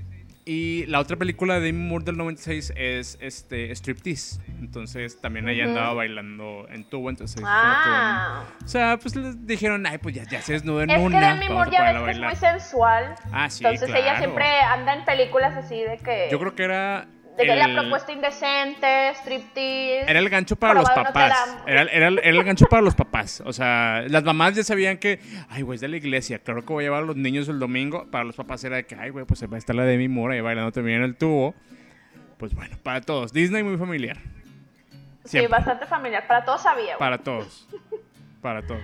Y la otra película de Demi Moore del noventa y seis es este, Striptease. Entonces también ella Ujú. andaba bailando en tubo. Entonces, Ah. o sea, pues les dijeron, ay, pues ya, ya se desnudó en Es que una. Demi vamos Moore a ya ves ponerla a que es muy bailar. sensual. Ah, sí, Entonces ella claro. siempre anda en películas así de que... Yo creo que era... De que el- la propuesta indecente, striptease... Era el gancho para los Jorobado de Notre papás. Dame. Era, era, el- era el gancho para los papás. O sea, las mamás ya sabían que, ay, güey, es de la iglesia. Claro que voy a llevar a los niños el domingo. Para los papás era de que, ay, güey, pues va a estar la Demi Moore ahí bailando también en el tubo. Pues bueno, para todos. Disney muy familiar. Sí, Siempre. bastante familiar. Para todos sabía, güey. Para todos. Para todos.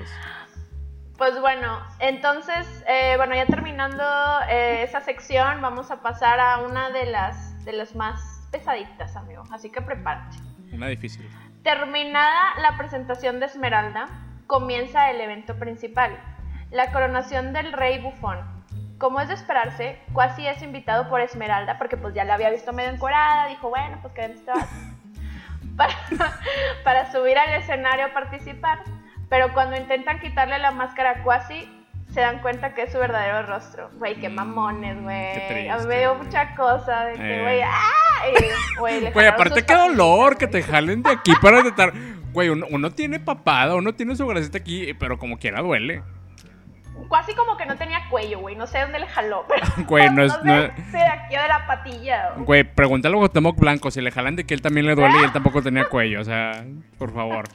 Pues bueno, entonces, eh, bueno, ya terminando eh, esa sección, vamos a pasar a una de las, de las más pesaditas, amigo. Así que prepárate. Una difícil. Terminada la presentación de Esmeralda, comienza el evento principal, la coronación del rey bufón. Como es de esperarse, Quasi es invitado por Esmeralda, porque pues ya la había visto medio encuerada, dijo, bueno, pues que ven este vato, para, para subir al escenario a participar, pero cuando intentan quitarle la máscara a Quasi, se dan cuenta que es su verdadero rostro. Güey, qué mamones, Qué güey. triste, A mí me dio güey. mucha cosa de que, Eh. güey, ¡ah! Y, güey, le Güey, jalaron aparte sus qué dolor patitas, que güey. te jalen de aquí para intentar. Güey, uno, uno tiene papada, uno tiene su grasita aquí, pero como quiera duele. Casi como que no tenía cuello, güey. No sé dónde le jaló. Pero Güey, no es- sé no es- si de aquí o de la patilla. güey. Güey, pregúntale a Cuauhtémoc Blanco si le jalan de que él también le duele y él tampoco tenía cuello. O sea, por favor.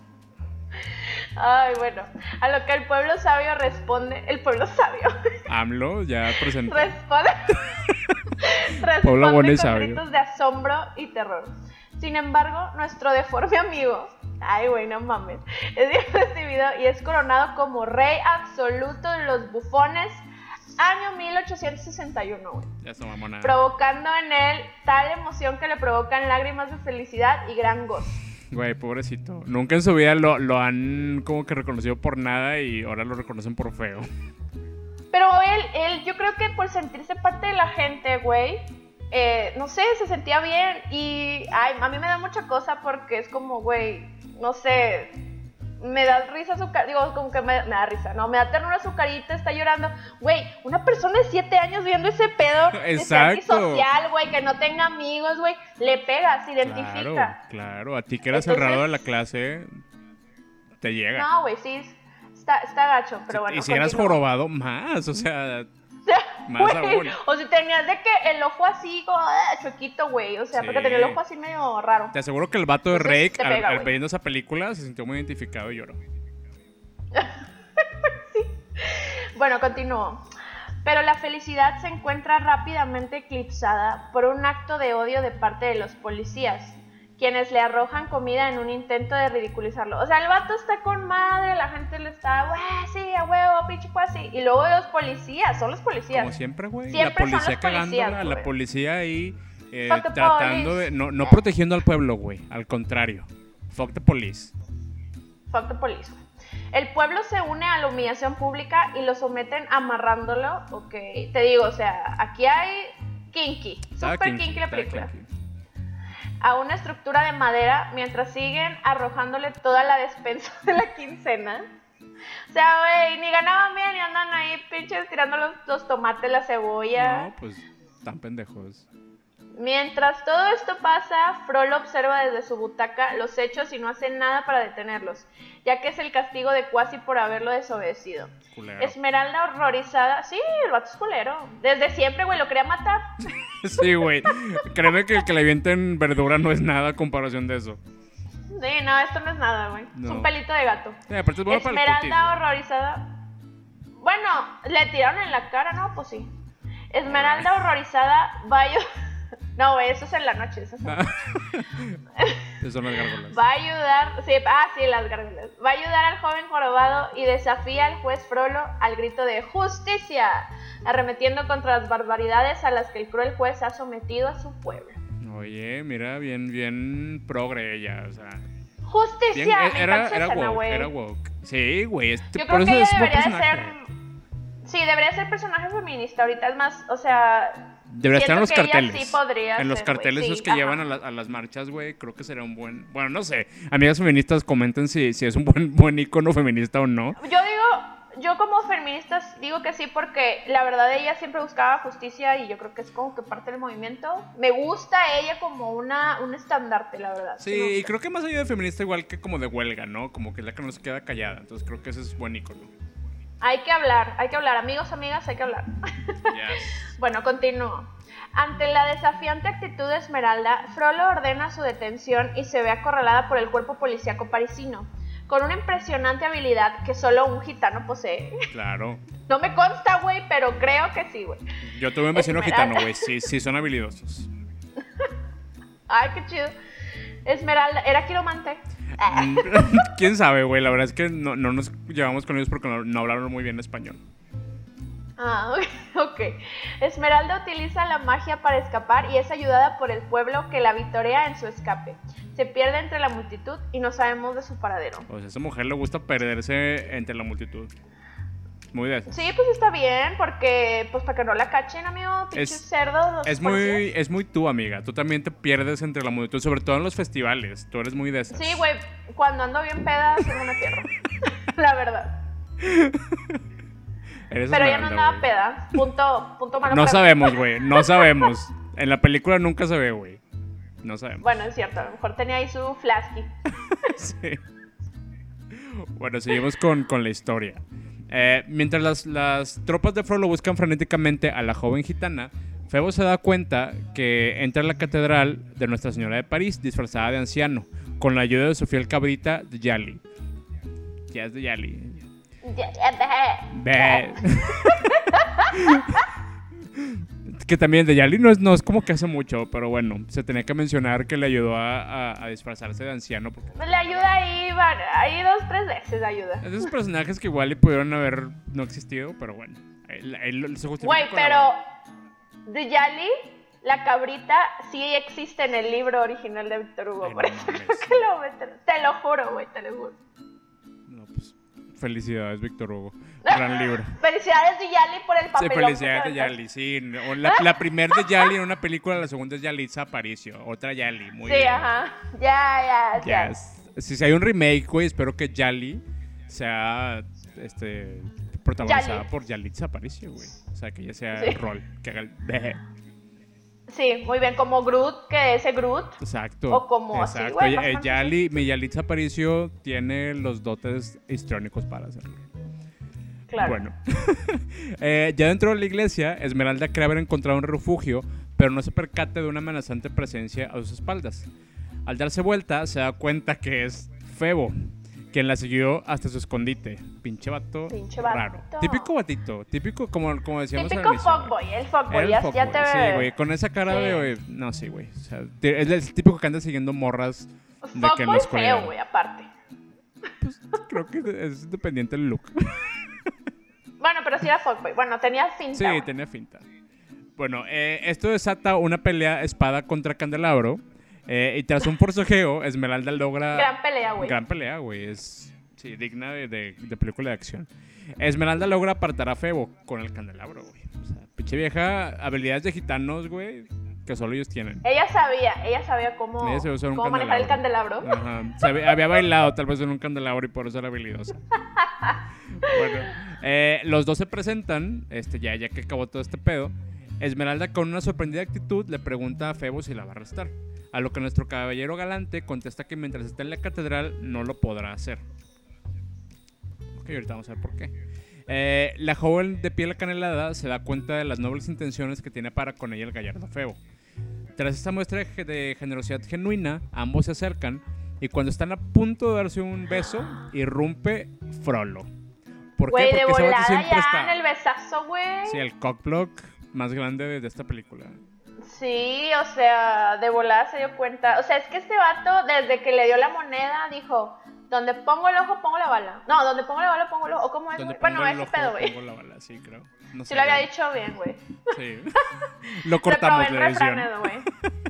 Ay, bueno. A lo que el pueblo sabio responde. El pueblo sabio AMLO ya presentó. responde. Pueblo responde bueno y con sabio. gritos de asombro y terror. Sin embargo, nuestro deforme amigo. Ay, güey, no mames. Es bien recibido y es coronado como rey absoluto de los bufones. Año mil ochocientos sesenta y uno, güey. Ya está mamona. Provocando en él tal emoción que le provocan lágrimas de felicidad y gran gozo. Güey, pobrecito. Nunca en su vida lo, lo han como que reconocido por nada y ahora lo reconocen por feo. Pero él, él, yo creo que por sentirse parte de la gente, güey, eh, no sé, se sentía bien y ay, a mí me da mucha cosa porque es como, güey, no sé, me da risa su carita, digo, como que me, me da risa, no, me da ternura su carita, está llorando, güey, una persona de siete años viendo ese pedo, de ser Exacto. antisocial, güey, que no tenga amigos, güey, le pega, se Claro, identifica. claro. A ti que eras el Entonces- raro de la clase, te llega. No, güey, sí, está, está gacho, pero bueno. y si eras continúa. jorobado, más. O sea, más Güey, aún. o si tenías de que el ojo así, como ah, chuequito, güey. O sea, Sí. porque tenía el ojo así medio raro. Te aseguro que el vato de Entonces, Rake, te al, pega, al güey. viendo esa película, se sintió muy identificado y lloró. Bueno, continúo. Pero la felicidad se encuentra rápidamente eclipsada por un acto de odio de parte de los policías, quienes le arrojan comida en un intento de ridiculizarlo. O sea, el vato está con madre, la gente le está, güey, sí, a huevo, pinche cuasi. Y luego los policías, son los policías. Como siempre, güey. Siempre La policía son los policías, cagándola, la güey. policía ahí eh, Fuck the tratando police. de... No, no protegiendo al pueblo, güey. Al contrario. Fuck the police. Fuck the police. El pueblo se une a la humillación pública y lo someten amarrándolo. Ok, te digo, o sea, aquí hay kinky, Estaba super kinky, kinky la estaba película. kinky. A una estructura de madera mientras siguen arrojándole toda la despensa de la quincena. O sea, güey, ni ganaban bien y andan ahí pinches tirando los, los tomates, la cebolla. No, pues, tan pendejos. Mientras todo esto pasa, Frollo observa desde su butaca los hechos y no hace nada para detenerlos, ya que es el castigo de Quasi por haberlo desobedecido. Culero. Esmeralda horrorizada, sí, el vato es culero. Desde siempre, güey, lo quería matar. Sí, güey. Créeme que el que le avienten verdura no es nada a comparación de eso. Sí, no, esto no es nada, güey. No. Es un pelito de gato. Sí, aparte es bueno para el Esmeralda putismo. horrorizada. Bueno, le tiraron en la cara, ¿no? Pues sí. Esmeralda horrorizada va a ayudar. No, güey, eso es en la noche. Eso es en la noche. Esas son las gárgolas. Va a ayudar, sí, ah, sí, las gárgolas. Va a ayudar al joven jorobado y desafía al juez Frollo al grito de ¡Justicia!, arremetiendo contra las barbaridades a las que el cruel juez ha sometido a su pueblo. Oye, mira, bien, bien progre ella, o sea. ¡Justicia! Bien, Me era, encanta esa era escena, woke, güey. era woke. Sí, güey, este, Yo por creo eso que ella es un buen debería de personaje. ser. Sí, debería ser personaje feminista. Ahorita es más, o sea. Debería estar en los siento que ella carteles. sí podría en los ser, carteles güey, esos sí, que ajá. llevan a, la- a las marchas, güey, creo que sería un buen... Bueno, no sé. Amigas feministas, comenten si, si es un buen, buen icono feminista o no. Yo digo, yo como feminista digo que sí, porque la verdad ella siempre buscaba justicia y yo creo que es como que parte del movimiento. Me gusta ella como una un estandarte, la verdad. Sí, me y gusta. creo que más allá de feminista, igual que como de huelga, ¿no? Como que es la que no se queda callada. Entonces creo que ese es buen icono. Hay que hablar, hay que hablar, amigos, amigas, hay que hablar. Yes. Bueno, continúo. Ante la desafiante actitud de Esmeralda, Frollo ordena su detención y se ve acorralada por el cuerpo policíaco parisino, con una impresionante habilidad que solo un gitano posee. Claro. No me consta, güey, pero creo que sí, güey. Yo tuve un vecino Esmeralda. gitano, güey. Sí, sí, son habilidosos. Ay, qué chido. Esmeralda, ¿era quiromante? Mm, ¿Quién sabe, güey? La verdad es que no, no nos llevamos con ellos porque no, no hablaron muy bien español. Ah, ok. Esmeralda utiliza la magia para escapar y es ayudada por el pueblo que la vitorea en su escape. Se pierde entre la multitud y no sabemos de su paradero. O sea, a esa mujer le gusta perderse entre la multitud. Muy de esas. Sí, pues está bien, porque pues para que no la cachen, amigo, pinches Es- cerdos. Los Es muy, policías. es muy tú, amiga. Tú también te pierdes entre la multitud, sobre todo en los festivales. Tú eres muy de esas. Sí, güey, cuando ando bien peda, sí no me pierdo. La verdad. Eres Pero ya no Esmeralda, andaba güey. peda. Punto, punto malo No para mí. sabemos, güey. No sabemos. En la película nunca se ve, güey. No sabemos. Bueno, es cierto, a lo mejor tenía ahí su flasky. Sí. Bueno, seguimos con, con la historia. Eh, mientras las, las tropas de Frollo buscan frenéticamente a la joven gitana, Febo se da cuenta que entra a la catedral de Nuestra Señora de París disfrazada de anciano, con la ayuda de su fiel cabrita Yali. Ya es de Yali. Ya, ya, ya. Ve. Que también de Yali no es, no es como que hace mucho, pero bueno, se tenía que mencionar que le ayudó a, a- a disfrazarse de anciano. Porque Le ayuda ahí, va- ahí dos, tres veces ayuda. es de esos personajes que igual y pudieron haber no existido, pero bueno. Él, él se justifica Güey, con la pero verdad. de Yali, la cabrita, sí existe en el libro original de Víctor Hugo. Ay, Por no eso mames. creo que lo meten. Te lo juro, güey, te lo juro. No, pues, felicidades, Víctor Hugo. Gran libro. Felicidades de Yali por el Sí, papelón. felicidades que de te aventaste. Yali, sí. no, La, la primera de Yali en una película, la segunda es Yalitza Aparicio. Otra Yali, muy Sí, bien. ajá. Ya, ya, ya. Yes. Si hay un remake, güey, espero que Yali sea este, protagonizada Yali. por Yalitza Aparicio, güey. O sea, que ella sea Sí. el rol, que haga el... Beje. Sí, muy bien. Como Groot, que ese Groot. Exacto. O como así, exacto. güey, Ella- bastante Yali, mi Yalitza Aparicio tiene los dotes histrónicos para hacerlo. Claro. Bueno, Eh, ya dentro de la iglesia, Esmeralda cree haber encontrado un refugio, pero no se percata de una amenazante presencia a sus espaldas. Al darse vuelta, se da cuenta que es Febo, quien la siguió hasta su escondite. Pinche vato, Pinche vato. raro. Típico batito, típico como, como decíamos Típico al inicio. fuckboy, el fuckboy, El ya, fuckboy, ya te sí, ve. güey, con esa cara Sí. de, güey, no, sí, güey. O sea, t- es el típico que anda siguiendo morras de que en la Fuckboy oscuridad. feo, güey, aparte. Creo que es dependiente del look. Bueno, pero sí era fuckboy. Bueno, tenía finta. Sí, güey. tenía finta. Bueno, eh, esto desata una pelea espada contra candelabro. Eh, y tras un forcejeo, Esmeralda logra... Gran pelea, güey. Gran pelea, güey. Es sí, digna de, de, de película de acción. Esmeralda logra apartar a Febo con el candelabro, güey. O sea, pinche vieja, habilidades de gitanos, güey, que solo ellos tienen. Ella sabía, ella sabía cómo, Ella sabía usar un cómo manejar el candelabro. Ajá. Se había, había bailado tal vez en un candelabro y por eso era habilidosa. Bueno, eh, los dos se presentan, este, ya, ya que acabó todo este pedo. Esmeralda, con una sorprendida actitud, le pregunta a Febo si la va a arrestar. A lo que nuestro caballero galante contesta que mientras esté en la catedral no lo podrá hacer. Ok, ahorita vamos a ver por qué. Eh, la joven de piel acanelada se da cuenta de las nobles intenciones que tiene para con ella el gallardo Febo. Tras esta muestra de, de generosidad genuina, ambos se acercan y cuando están a punto de darse un beso, irrumpe Frollo. ¿Por Güey, qué? de Porque ese vato volada siempre ya está. en el besazo, güey. Sí, el cockblock más grande de, de esta película. Sí, o sea, de volada se dio cuenta. O sea, es que este vato, desde que le dio la moneda, dijo: donde pongo el ojo, pongo la bala. No, donde pongo la bala, pongo el ojo. ¿O cómo es? Donde güey? Bueno, pongo el ese ojo, pedo, güey. pongo la bala, sí, creo. No Sí sé, lo había güey. dicho bien, güey. Sí. Lo cortamos Reprobé la el edición. refrán, güey.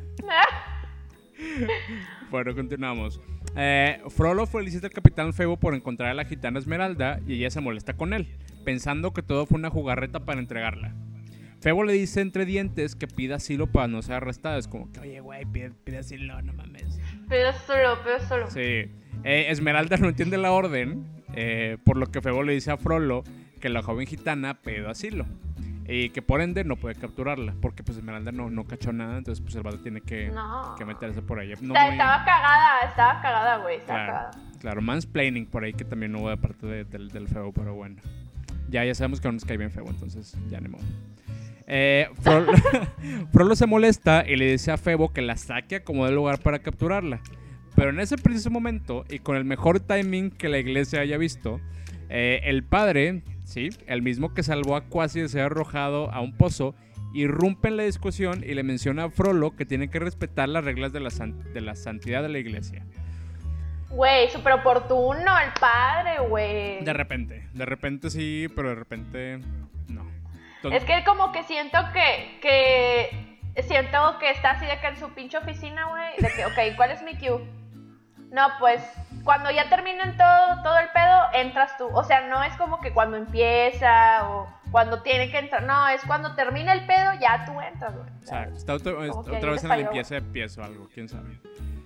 Bueno, continuamos. Eh, Frollo felicita al capitán Febo por encontrar a la gitana Esmeralda y ella se molesta con él, pensando que todo fue una jugarreta para entregarla. Febo le dice entre dientes que pida asilo para no ser arrestada. Es como que, oye, güey, pide, pide asilo, no mames. Pero solo, pero solo. Sí. Eh, Esmeralda no entiende la orden, eh, por lo que Febo le dice a Frollo que la joven gitana pidió asilo. Y que por ende no puede capturarla, porque pues Esmeralda no, no cachó nada, entonces pues el vato tiene que, No. que meterse por ella. No O sea, muy- estaba cagada, estaba cagada, güey. Estaba Claro, cagada. claro, mansplaining por ahí que también hubo de parte de- del, del Febo, pero bueno. Ya, ya sabemos que no nos cae bien Febo, entonces ya ni modo. Eh, Frollo, Frollo se molesta y le dice a Febo que la saque a como de lugar para capturarla. Pero en ese preciso momento, y con el mejor timing que la iglesia haya visto, eh, el padre, sí, el mismo que salvó a Quasi de ser arrojado a un pozo, irrumpe en la discusión y le menciona a Frollo que tiene que respetar las reglas de la, san- de la santidad de la iglesia. Güey, súper oportuno el padre, güey. De repente, de repente sí, pero de repente no. Es que como que siento que, que siento que está así de que en su pinche oficina, güey, de que, ok, ¿cuál es mi cue? No, pues, cuando ya terminen todo, todo el pedo, entras tú. O sea, no es como que cuando empieza o cuando tiene que entrar. No, es cuando termina el pedo, ya tú entras, güey. O sea, está otra, Como que otra ahí vez le en la falló. limpieza de pies o algo, quién sabe.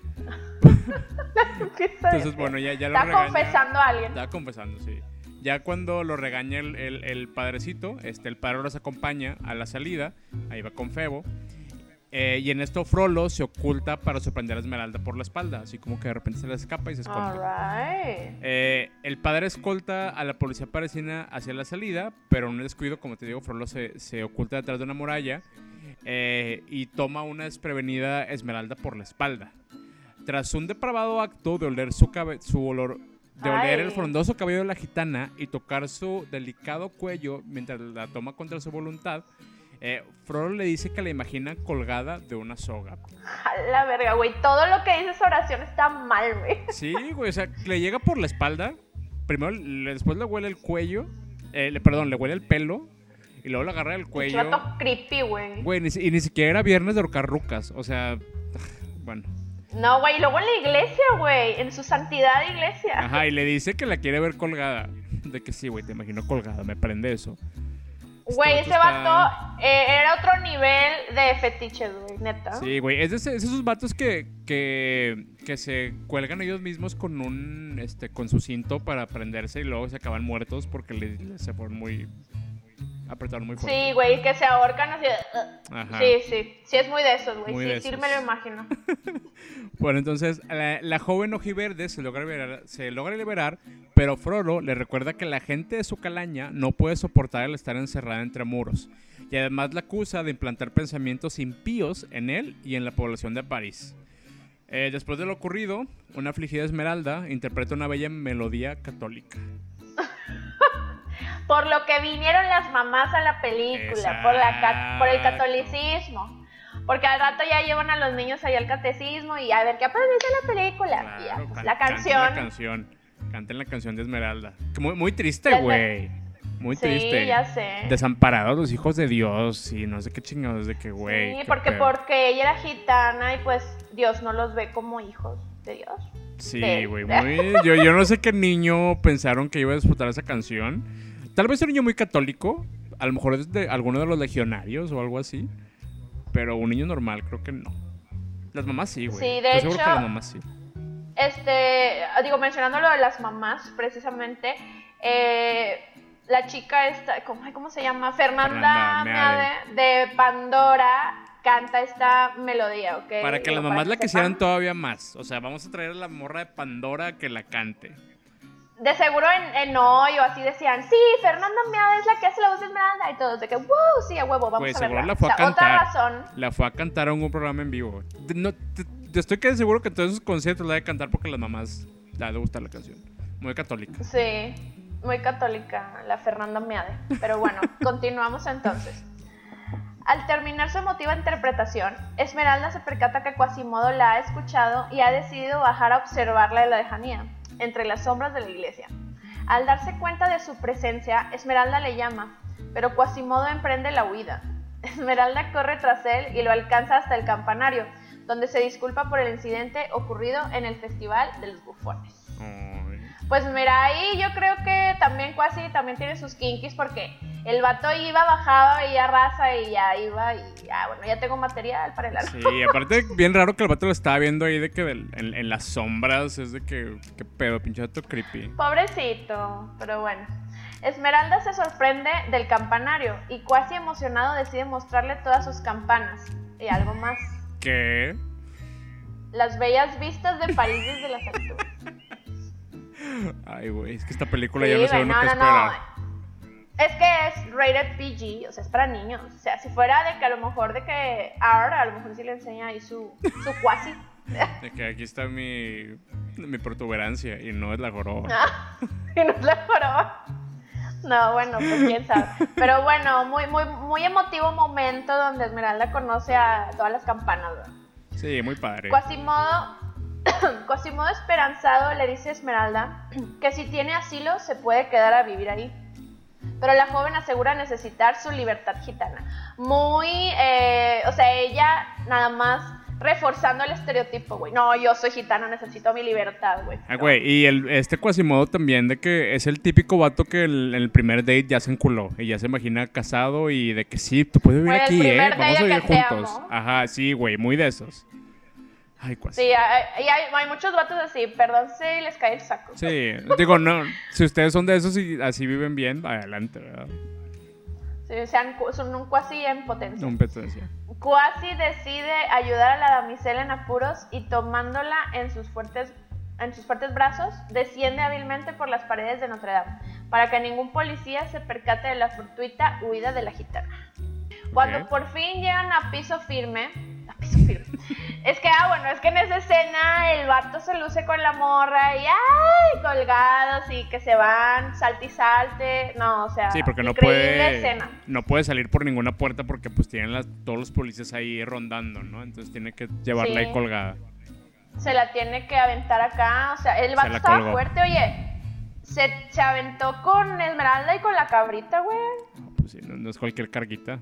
Empieza de- Entonces, bueno, ya, ya lo Está regaña. confesando a alguien. Estaba confesando, sí. Ya cuando lo regaña el, el, el padrecito, este, el padre los acompaña a la salida. Ahí va con Febo. Eh, y en esto Frollo se oculta para sorprender a Esmeralda por la espalda. Así como que de repente se le escapa y se esconde. Alright. Eh, el padre escolta a la policía parisina hacia la salida, pero en un descuido, como te digo, Frollo se, se oculta detrás de una muralla eh, y toma una desprevenida Esmeralda por la espalda. Tras un depravado acto de oler su, cabe- su olor, de oler Ay. el frondoso cabello de la gitana y tocar su delicado cuello mientras la toma contra su voluntad, eh, Frollo le dice que la imagina colgada de una soga. A la verga, güey. Todo lo que dice esa oración está mal, güey. Sí, güey, o sea, le llega por la espalda, primero, le- después le huele el cuello, eh, le, perdón, le huele el pelo, y luego le agarra el Pinche cuello. vato creepy, güey. Güey, ni si- y ni siquiera era viernes de ahorcar rucas, o sea, bueno. No, güey. Y luego en la iglesia, güey. En su santidad iglesia. Ajá, y le dice que la quiere ver colgada. De que sí, güey, te imagino colgada, me prende eso. Güey, Este ese vato está- vato eh, era otro nivel de fetiches, güey, neta. Sí, güey, es de, ese- es de esos vatos que, que, que se cuelgan ellos mismos con un, este, con su cinto para prenderse y luego se acaban muertos porque le, le- se fueron muy, apretaron muy fuerte. Sí, güey, que se ahorcan así. de- Ajá. Sí, sí. Sí, es muy de esos, güey. Muy Sí, de sí, esos. me lo imagino. Bueno, entonces la, la joven ojiverde se logra, liberar, se logra liberar, pero Frollo le recuerda que la gente de su calaña no puede soportar el estar encerrada entre muros. Y además la acusa de implantar pensamientos impíos en él y en la población de París. Eh, después de lo ocurrido, una afligida Esmeralda interpreta una bella melodía católica. Por lo que vinieron las mamás a la película, por, la ca- por el catolicismo. Porque al rato ya llevan a los niños ahí al catecismo y a ver qué aprendiste en la película. Claro, y ya, pues, can- la canción. Canten la canción. Canten la canción de Esmeralda. Muy, muy triste, Desde- güey. Muy Sí, triste. ya sé. Desamparados los hijos de Dios y no sé qué chingados de que, güey. Sí, qué porque, pedo. porque ella era gitana y pues Dios no los ve como hijos de Dios. Sí, de- güey. Muy... yo, yo no sé qué niño pensaron que iba a disfrutar esa canción. Tal vez un niño muy católico. A lo mejor es de alguno de los legionarios o algo así. Pero un niño normal, creo que no. Las mamás sí, güey. Sí, de Estoy seguro hecho- que las mamás sí. Este, digo, mencionando lo de las mamás, precisamente, eh, la chica esta, ¿cómo, cómo se llama? Fernanda, Fernanda Meade. Meade, de Pandora, canta esta melodía, ¿ok? Para que Digo, las mamás la sepan. quisieran todavía más. O sea, vamos a traer a la morra de Pandora a que la cante. De seguro en, en hoy o así decían, sí, Fernanda Meade es la que hace la voz de Esmeralda, y todos de que, wow, sí, a huevo, vamos Pues a seguro verla. la fue a O sea, cantar. otra razón. La fue a cantar a un programa en vivo. De- No, te, te estoy que seguro que todos esos conciertos la de cantar porque a las mamás le ha de gustar la canción. Muy católica. Sí, muy católica la Fernanda Meade. Pero bueno, continuamos entonces. Al terminar su emotiva interpretación, Esmeralda se percata que Quasimodo la ha escuchado y ha decidido bajar a observarla de la lejanía, entre las sombras de la iglesia. Al darse cuenta de su presencia, Esmeralda le llama, pero Quasimodo emprende la huida. Esmeralda corre tras él y lo alcanza hasta el campanario, donde se disculpa por el incidente ocurrido en el Festival de los Bufones. Ay. Pues mira, ahí yo creo que también Quasi también tiene sus kinkies porque el vato iba, bajaba, veía raza y ya iba y ya, bueno, ya tengo material para el álbum. Sí, aparte, bien raro que el vato lo estaba viendo ahí de que del- en, en las sombras. Es de que, qué pedo, pinche vato creepy. Pobrecito, pero bueno. Esmeralda se sorprende del campanario y Quasi emocionado decide mostrarle todas sus campanas y algo más. ¿Qué? Las bellas vistas de París desde las alturas. Ay, güey, es que esta película Sí, ya no sé güey, uno no, qué no, esperar. no. Es que es rated P G, o sea, es para niños. O sea, si fuera de que a lo mejor de que R, a lo mejor sí le enseña ahí su, su Quasi. De que aquí está mi, mi protuberancia y no es la joroba. Y no la joroba. No, bueno, pues quién sabe. Pero bueno, muy, muy, muy emotivo momento donde Esmeralda conoce a todas las campanas, ¿verdad? Sí, muy padre. Quasimodo, Quasimodo esperanzado le dice a Esmeralda que si tiene asilo se puede quedar a vivir ahí. Pero la joven asegura necesitar su libertad gitana. Muy, eh, o sea, ella nada más reforzando el estereotipo, güey. No, yo soy gitana, necesito mi libertad, güey. Ah, güey, y el, este Quasimodo también, de que es el típico vato que el- en el primer date ya se enculó y ya se imagina casado y de que sí, tú puedes vivir Güey, el aquí, ¿eh? primer Vamos a date vivir que te juntos. amo. Ajá, sí, güey, muy de esos. Ay, Quasimodo. Sí, hay, hay, hay muchos vatos así, perdón si les cae el saco. Sí, digo, no, si ustedes son de esos y así viven bien, adelante, ¿verdad? Sí, sean, cu- son un Quasi en potencia. No competencia. Quasi decide ayudar a la damisela en apuros y tomándola en sus fuertes, en sus fuertes brazos, desciende hábilmente por las paredes de Notre Dame, para que ningún policía se percate de la fortuita huida de la gitana. Cuando Ok. por fin llegan a piso firme, a piso firme, es que, ah, bueno, es que en esa escena el vato se luce con la morra y, ay, colgados y que se van, salte y salte, no, o sea, Sí, porque no increíble puede, escena. no puede salir por ninguna puerta porque pues tienen las, todos los policías ahí rondando, ¿no? Entonces tiene que llevarla Sí. ahí colgada. Se la tiene que aventar acá, o sea, el Se vato la estaba colgó. fuerte, oye, se, se aventó con Esmeralda y con la cabrita, güey. Pues sí, no, no es cualquier carguita.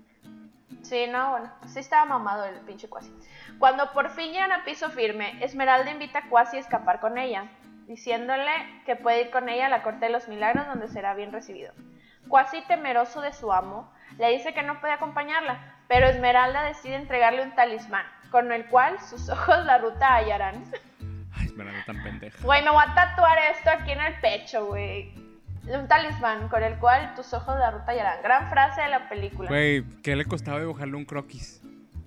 Sí, no, bueno, sí estaba mamado el pinche Quasi. Cuando por fin llegan a piso firme, Esmeralda invita a Quasi a escapar con ella, diciéndole que puede ir con ella a la Corte de los Milagros, donde será bien recibido. Quasi, temeroso de su amo, le dice que no puede acompañarla, pero Esmeralda decide entregarle un talismán, con el cual sus ojos la ruta hallarán. Ay, Esmeralda tan pendeja. Güey, me voy a tatuar esto aquí en el pecho, güey. Un talismán con el cual tus ojos la ruta hallarán. Gran frase de la película. Güey, ¿qué le costaba dibujarle un croquis?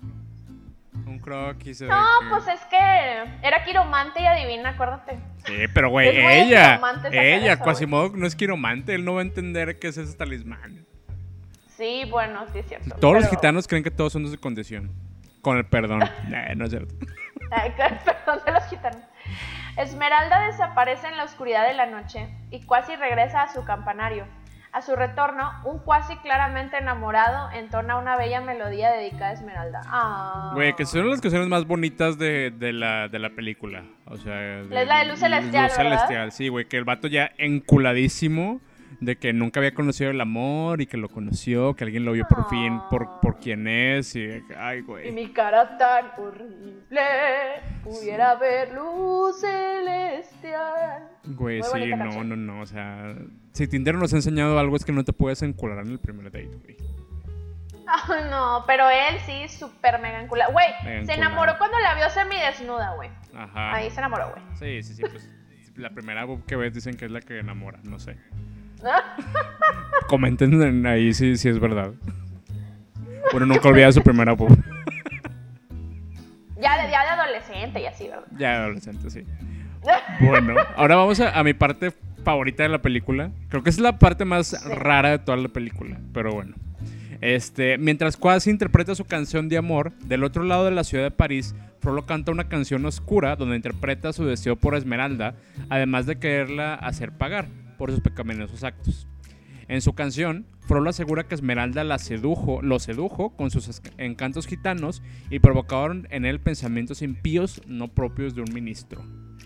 Un croquis. de No, que- pues es que era quiromante y adivina, acuérdate. Sí, pero güey, Es muy ella, quiromante sacar ella, eso, Quasimodo no es quiromante, él no va a entender qué es ese talismán. Sí, bueno, sí es cierto. Todos los pero- gitanos creen que todos son de su condición. Con el perdón. Nah, no es cierto. Ay, perdón, de los gitanos. Esmeralda desaparece en la oscuridad de la noche y Quasi regresa a su campanario. A su retorno, un Quasi claramente enamorado entona una bella melodía dedicada a Esmeralda. Ah. Güey, que son las canciones más bonitas de, de, la, de la película. O sea, de, es la de Luz Celestial, Luz ¿verdad? Celestial, sí, güey, que el vato ya enculadísimo de que nunca había conocido el amor y que lo conoció, que alguien lo vio por fin por, por quien es y ay, güey. Y mi cara tan horrible pudiera ver luz celestial. Güey, Muy sí, bonita no, canción. no, no, o sea, si Tinder nos ha enseñado algo es que no te puedes encular en el primer date, güey. Oh, no, pero él sí, súper mega enculado. Güey, Mega se enculado. enamoró cuando la vio semidesnuda, güey. Ajá. Ahí se enamoró, güey. Sí, sí, sí, pues la primera boob que ves dicen que es la que enamora, no sé. Comenten ahí si, si es verdad. Bueno, nunca olvida su primera boob. Ya de, ya de adolescente y así, ¿verdad? Ya adolescente, sí. Bueno, ahora vamos a, a mi parte favorita de la película. Creo que es la parte más Sí. rara de toda la película, pero bueno. Este, mientras Quasi interpreta su canción de amor, del otro lado de la ciudad de París, Frollo canta una canción oscura donde interpreta su deseo por Esmeralda, además de quererla hacer pagar por sus pecaminosos actos. En su canción, Frollo asegura que Esmeralda la sedujo, lo sedujo con sus es- encantos gitanos y provocaron en él pensamientos impíos no propios de un ministro.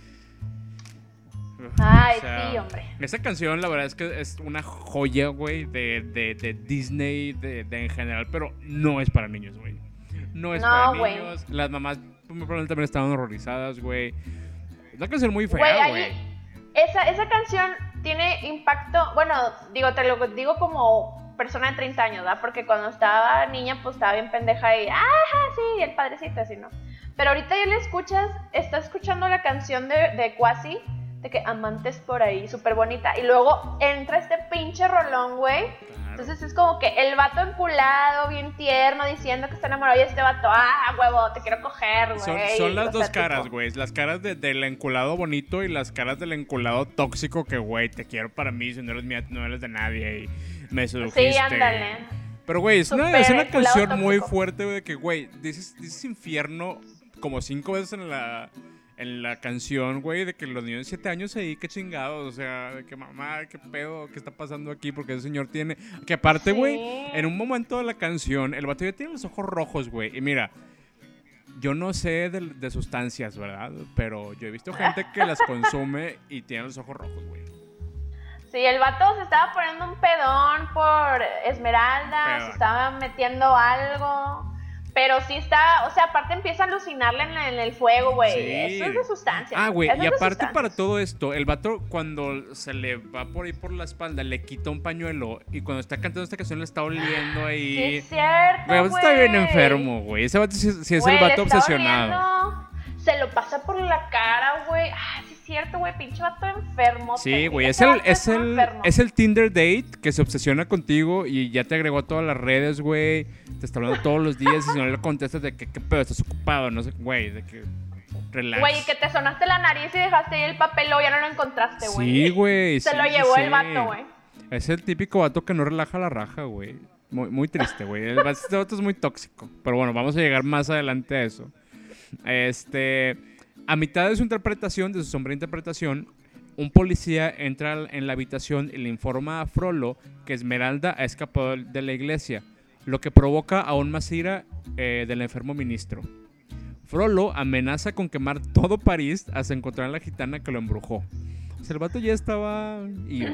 Ay, O sea, sí, hombre. Esta canción, la verdad es que es una joya, güey, de, de, de Disney de, de en general, pero no es para niños, güey. No es No, para güey. niños. Las mamás muy probablemente también estaban horrorizadas, güey. Es una canción muy Güey, fea, ahí- güey. esa, esa canción tiene impacto. Bueno, digo, te lo digo como persona de treinta años, ¿verdad? Porque cuando estaba niña, pues estaba bien pendeja y, ajá, sí, el padrecito, así, ¿no? Pero ahorita ya le escuchas, estás escuchando la canción de, de Quasi, de que amantes por ahí, súper bonita. Y luego entra este pinche rolón, güey. Claro. Entonces es como que el vato enculado, bien tierno, diciendo que está enamorado y este vato, ah, huevo, te quiero coger, güey. Son, son las O sea, dos caras, tipo, güey. Las caras de- del enculado bonito y las caras del enculado tóxico que, güey, te quiero para mí, si no eres mía, no eres de nadie y me sedujiste. Sí, ándale. Pero, güey, es una, Súper es una enculado canción muy tóxico. fuerte, güey, de que, güey, dices, dices infierno como cinco veces en la, en la canción, güey, de que los niños de siete años ahí, qué chingados, o sea, de que mamá, qué pedo, qué está pasando aquí, porque ese señor tiene... Que aparte, Sí. güey, en un momento de la canción, el vato ya tiene los ojos rojos, güey, y mira... Yo no sé de, de sustancias, ¿verdad? Pero yo he visto gente que las consume y tiene los ojos rojos, güey. Sí, el vato se estaba poniendo un pedón por Esmeralda, Pedón. se estaba metiendo algo, pero sí está, o sea, aparte empieza a alucinarle en, en el fuego, güey. Sí. Eso es de sustancia. Ah, güey, Eso y es de aparte sustancias. para todo esto, el vato cuando se le va por ahí por la espalda, le quita un pañuelo y cuando está cantando esta canción le está oliendo Sí, ahí. es cierto, Güey, el vato está bien güey. enfermo, güey. Ese vato sí, sí es Güey, el le vato está obsesionado. oliendo, se lo pasa por la cara, güey. Ah, sí es cierto, güey, pinche vato enfermo. Sí, güey, es Ese el, vato es, un el, enfermo. es el Tinder date que se obsesiona contigo y ya te agregó a todas las redes, güey. Te está hablando todos los días y si no le contestas de que, ¿qué pedo? Estás ocupado, no sé, güey, de que relax. Güey, que te sonaste la nariz y dejaste ahí el papel o ya no lo encontraste, güey. Sí, güey. Se sí, lo sí, llevó sí. el vato, güey. Es el típico vato que no relaja la raja, güey. Muy, muy triste, güey. El vato- Este vato es muy tóxico. Pero bueno, vamos a llegar más adelante a eso. Este... A mitad de su interpretación, de su sombría interpretación, un policía entra en la habitación y le informa a Frollo que Esmeralda ha escapado de la iglesia, lo que provoca aún más ira eh, del enfermo ministro. Frollo amenaza con quemar todo París hasta encontrar a la gitana que lo embrujó. O sea, el vato ya estaba... ido.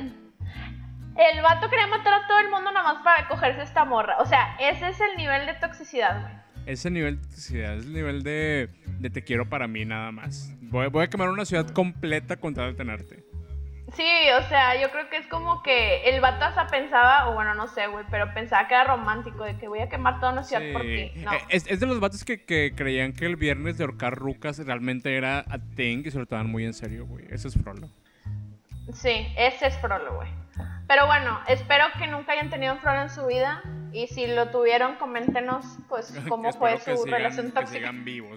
El vato quería matar a todo el mundo nada más para cogerse esta morra. O sea, ese es el nivel de toxicidad, güey. Ese nivel de toxicidad, es el nivel de, de te quiero para mí nada más. Voy, voy a quemar una ciudad completa con tal de tenerte. Sí, o sea, yo creo que es como que el vato hasta pensaba, o bueno, no sé, güey, pero pensaba que era romántico, de que voy a quemar toda una ciudad Sí. por ti. No. Eh, Es, es de los vatos que, que creían que el viernes de ahorcar rucas realmente era a thing y se lo tomaban muy en serio, güey. Ese es Frollo. Sí, ese es Frollo, güey. Pero bueno, espero que nunca hayan tenido un Frollo en su vida. Y si lo tuvieron, coméntenos, pues, cómo fue Espero su que sigan- relación que tóxica. sigan vivos.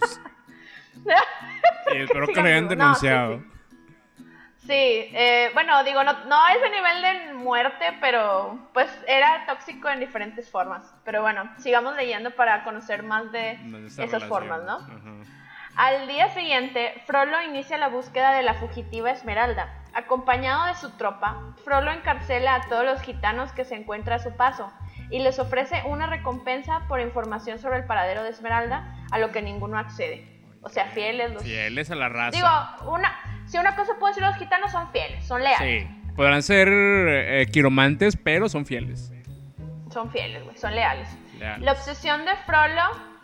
Y espero que sigan lo hayan vivos. No, sí, denunciado. Sí, eh, bueno, digo, no, no a ese nivel de muerte, pero pues era tóxico en diferentes formas. Pero bueno, sigamos leyendo para conocer más de De esta esas relación. formas, ¿no? Ajá. Al día siguiente, Frollo inicia la búsqueda de la fugitiva Esmeralda. Acompañado de su tropa, Frollo encarcela a todos los gitanos que se encuentra a su paso y les ofrece una recompensa por información sobre el paradero de Esmeralda, a lo que ninguno accede. O sea, fieles los... Fieles a la raza. Digo, una, si una cosa puedo decir, los gitanos son fieles, son leales. Sí, podrán ser eh, quiromantes, pero son fieles. Son fieles, güey, son leales. leales. La obsesión de Frollo,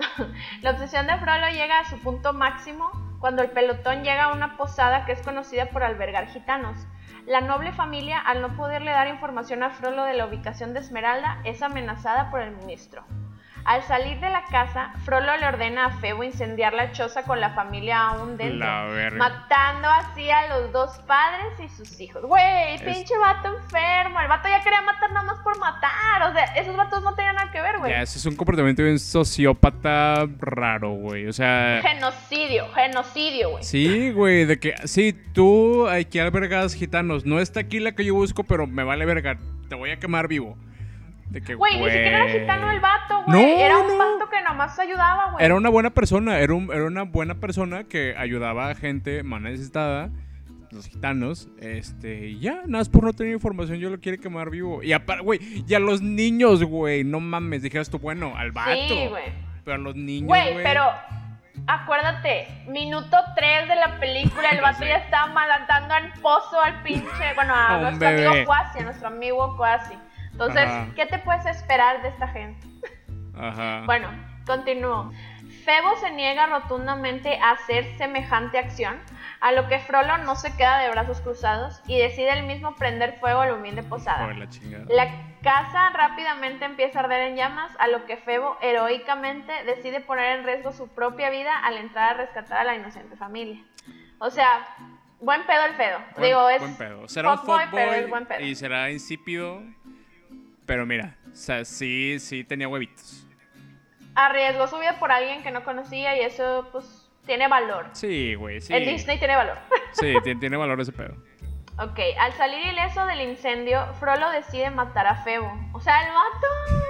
la obsesión de Frollo llega a su punto máximo cuando el pelotón llega a una posada que es conocida por albergar gitanos. La noble familia, al no poderle dar información a Frollo de la ubicación de Esmeralda, es amenazada por el ministro. Al salir de la casa, Frollo le ordena a Febo incendiar la choza con la familia aún dentro, matando así a los dos padres y sus hijos. Güey, es... pinche vato enfermo. El vato ya quería matar nada más por matar. O sea, esos vatos no tenían nada que ver, güey. Ya, ese es un comportamiento bien sociópata raro, güey. O sea... Genocidio, genocidio, güey. Sí, güey, de que... Sí, tú aquí albergas gitanos. No está aquí la que yo busco, pero me vale verga. Te voy a quemar vivo. Güey, ni siquiera era gitano el vato, güey. No, era un no. vato que nomás ayudaba, güey. Era una buena persona, era, un, era una buena persona que ayudaba a gente más necesitada, los gitanos, este, y ya, nada más por no tener información, yo lo quiere quemar vivo. Y aparte, güey, y a los niños, güey, no mames, dijeras tú, bueno, al vato. Sí, güey. Pero a los niños, güey. Güey, pero... Acuérdate, minuto tres de la película, el vato sí. ya estaba matando al pozo, al pinche, bueno, a, a nuestro bebé. amigo Kwasi, a nuestro amigo Kwasi. Entonces, Ajá. ¿qué te puedes esperar de esta gente? Ajá. Bueno, continúo. Febo se niega rotundamente a hacer semejante acción, a lo que Frollo no se queda de brazos cruzados y decide él mismo prender fuego a la humilde posada. La, chingada. la casa rápidamente empieza a arder en llamas, a lo que Febo heroicamente decide poner en riesgo su propia vida al entrar a rescatar a la inocente familia. O sea... Buen pedo el pedo. Buen, Digo, es buen pedo. Será un fuckboy, pero es buen pedo. Y será insípido. Pero mira, o sea, sí, sí tenía huevitos. Arriesgó su vida por alguien que no conocía y eso, pues, tiene valor. Sí, güey, sí. El Disney tiene valor. Sí, tiene, tiene valor ese pedo. Ok, al salir ileso del incendio, Frollo decide matar a Febo. O sea, el vato...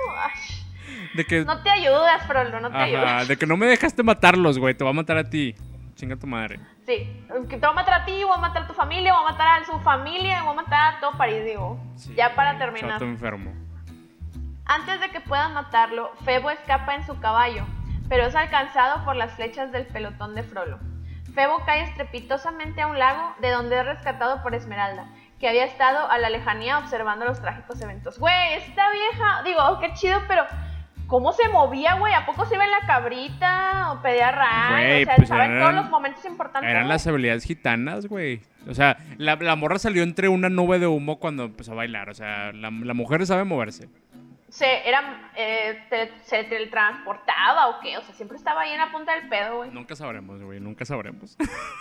Ay, de que... No te ayudas, Frollo, no te Ajá, ayudas. De que no me dejaste matarlos, güey, te voy a matar a ti. Chinga tu madre. Sí, te voy a matar a ti, voy a matar a tu familia, voy a matar a su familia, voy a matar a todo París, digo. Sí, ya para terminar. Chato enfermo. Antes de que puedan matarlo, Febo escapa en su caballo, pero es alcanzado por las flechas del pelotón de Frollo. Febo cae estrepitosamente a un lago, de donde es rescatado por Esmeralda, que había estado a la lejanía observando los trágicos eventos. Güey, esta vieja, digo, qué chido, pero... ¿Cómo se movía, güey? ¿A poco se iba en la cabrita o pedía ray? O sea, pues ¿saben todos los momentos importantes? Eran güey? Las habilidades gitanas, güey. O sea, la, la morra salió entre una nube de humo cuando empezó a bailar. O sea, la, la mujer sabe moverse. Se, era, eh, te, ¿Se teletransportaba o qué? O sea, siempre estaba ahí en la punta del pedo, güey. Nunca sabremos, güey. Nunca sabremos.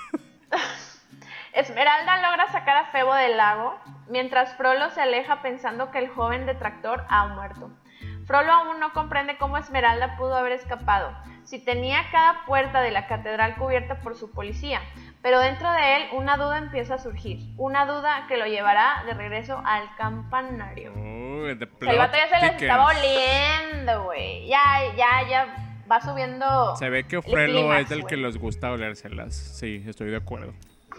Esmeralda logra sacar a Febo del lago, mientras Frollo se aleja pensando que el joven detractor ha muerto. Frollo aún no comprende cómo Esmeralda pudo haber escapado, si tenía cada puerta de la catedral cubierta por su policía, pero dentro de él una duda empieza a surgir, una duda que lo llevará de regreso al campanario. Oh, el vato ya se les estaba oliendo, güey, ya, ya, ya va subiendo. Se ve que Frollo es del que les gusta olérselas, sí, estoy de acuerdo.